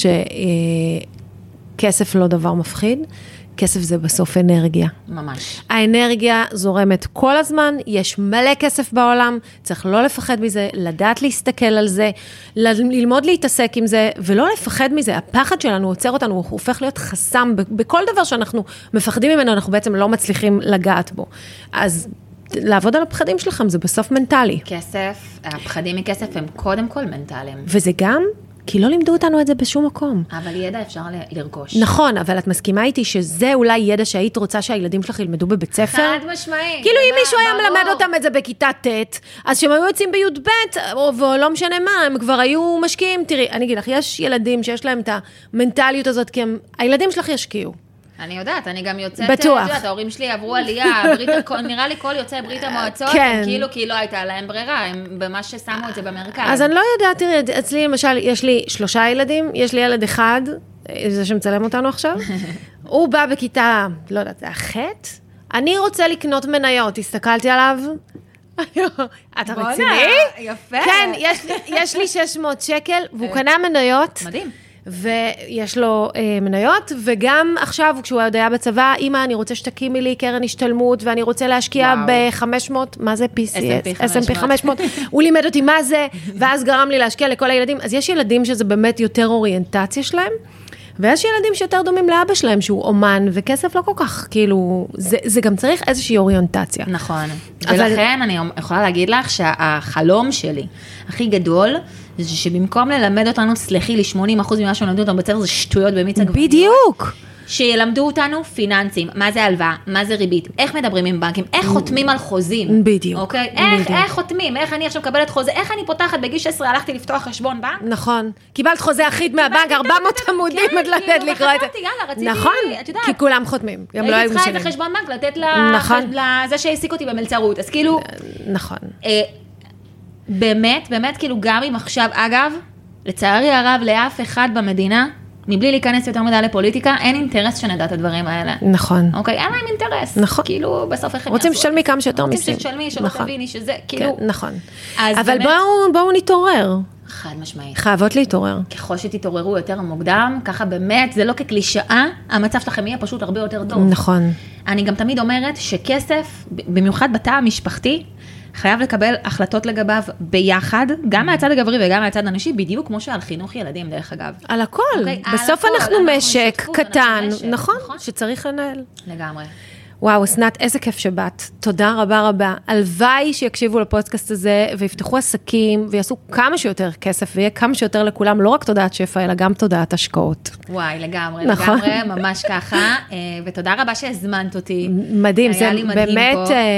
שכסף לא דבר מפחיד. כסף זה בסוף אנרגיה.
ממש.
האנרגיה זורמת כל הזמן, יש מלא כסף בעולם, צריך לא לפחד מזה, לדעת להסתכל על זה, ללמוד להתעסק עם זה, ולא לפחד מזה. הפחד שלנו עוצר אותנו, הוא הופך להיות חסם, בכל דבר שאנחנו מפחדים ממנו, אנחנו בעצם לא מצליחים לגעת בו. אז לעבוד על הפחדים שלכם, זה בסוף מנטלי.
כסף, הפחדים מכסף הם קודם כל מנטליים.
וזה גם... כי לא לימדו אותנו את זה בשום מקום.
אבל ידע אפשר לרכוש.
נכון, אבל את מסכימה איתי שזה אולי ידע שהיית רוצה שהילדים שלך ילמדו בבית ספר?
חד משמעי.
כאילו אם מישהו היה מלמד אותם את זה בכיתה ט', אז שהם היו יוצאים בי"ב, או לא משנה מה, הם כבר היו משקיעים. תראי, אני אגיד לך, יש ילדים שיש להם את המנטליות הזאת, כי הילדים שלך ישקיעו.
אני יודעת, אני גם יוצאת,
בטוח.
ההורים שלי עברו עלייה, נראה לי כל יוצאי ברית המועצות, כי לא הייתה להם ברירה, הם במה ששמו את זה במרכז.
אז אני לא יודעת, תראי, אצלי למשל, יש לי 3 ילדים, יש לי ילד אחד, זה שמצלם אותנו עכשיו, הוא בא בכיתה, לא יודעת, זה החטא, אני רוצה לקנות מניות, הסתכלתי עליו, אתה רציני?
יפה.
כן, יש לי 600 שקל, והוא קנה מניות.
מדהים.
ויש לו מניות, וגם עכשיו, כשהוא עוד היה בצבא, אמא, אני רוצה שתקימי לי קרן השתלמות, ואני רוצה להשקיע ב-500, מה זה PCS? S&P 500. הוא לימד אותי מה זה, ואז גרם לי להשקיע לכל הילדים. אז יש ילדים שזה באמת יותר אוריינטציה שלהם, ויש ילדים שיותר דומים לאבא שלהם, שהוא אומן, וכסף לא כל כך, כאילו, זה גם צריך איזושהי אוריינטציה.
נכון. ולכן אני יכולה להגיד לך שהחלום שלי הכי גדול, זה שבמקום ללמד אותנו, סלחי לי, 80% ממה שלמדו אותנו בצבא, זה שטויות במיץ עגבניות.
בדיוק.
שילמדו אותנו פיננסים, מה זה הלוואה, מה זה ריבית, איך מדברים עם בנקים, איך חותמים על חוזים.
בדיוק.
אוקיי? איך חותמים, איך אני עכשיו מקבלת חוזה, איך אני פותחת בגיל 16, הלכתי לפתוח חשבון בנק.
נכון. קיבלת חוזה אחיד מהבנק, 400 עמודים, את לתת לקרוא את זה. נכון, כי כולם חותמים.
הייתי צריכה איזה חשבון בנק, לתת לזה שהעסיק אותי במלצרות. אז כאילו...
נכון.
באמת, באמת, כאילו גם אם עכשיו, אגב, לצערי הרב, לאף אחד במדינה, מבלי להיכנס יותר מדי לפוליטיקה, אין אינטרס שנדע את הדברים האלה.
נכון.
אוקיי, אין להם אינטרס.
נכון.
כאילו, בסוף איך הם
רוצים שתשלמי כמה שיותר מיסים.
רוצים שתשלמי, שלא תביני שזה, כאילו...
כן, נכון. אבל בואו נתעורר.
חד משמעית.
חייבות להתעורר.
ככל שתתעוררו יותר מוקדם, ככה באמת, זה לא כקלישאה, המצב שלכם יהיה פשוט הרבה יותר טוב.
נכון.
אני גם תמיד אומרת שכסף, במיוחד בתא המשפחתי, חייב לקבל החלטות לגביו ביחד, גם מהצד הגברי וגם מהצד הנשי, בדיוק כמו שעל חינוך ילדים, דרך אגב.
על הכל. בסוף אנחנו משק קטן, נכון, שצריך לנהל.
לגמרי.
וואו, אסנת, איזה כיף שבאת. תודה רבה רבה. הלוואי שיקשיבו לפודקאסט הזה, ויפתחו עסקים, ויעשו כמה שיותר כסף, ויהיה כמה שיותר לכולם, לא רק תודעת שפע, אלא גם תודעת השקעות.
וואי, לגמרי, לגמרי, ממש ככה. ותודה רבה שהזמנת אותי.
מדהים, זה באמת...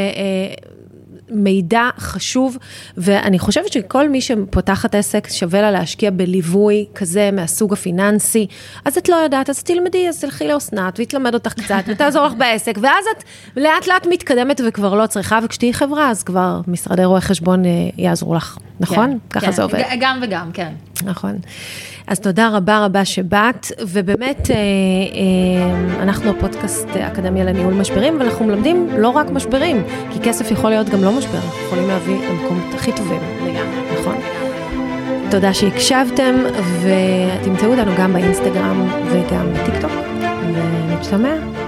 מידע חשוב, ואני חושבת שכל מי שפותחת עסק שווה לה להשקיע בליווי כזה מהסוג הפיננסי, אז את לא יודעת, אז תלמדי, אז תלכי לאסנת, והתלמד אותך קצת, ותעזור לך בעסק, ואז את לאט לאט מתקדמת וכבר לא צריכה, וכשתהי חברה, אז כבר משרדי רואי חשבון יעזרו לך, נכון? ככה זה עובד.
גם וגם, כן.
נכון. אז תודה רבה רבה שבאת, ובאמת אנחנו הפודקאסט אקדמיה לניהול משברים, ואנחנו מלמדים לא רק משברים, כי כסף יכול להיות גם לא משבר, יכולים להביא למקומות הכי טובים.
לגמרי.
נכון. תודה שהקשבתם, ותמצאו אותנו גם באינסטגרם וגם בטיקטוק, ונשתמע.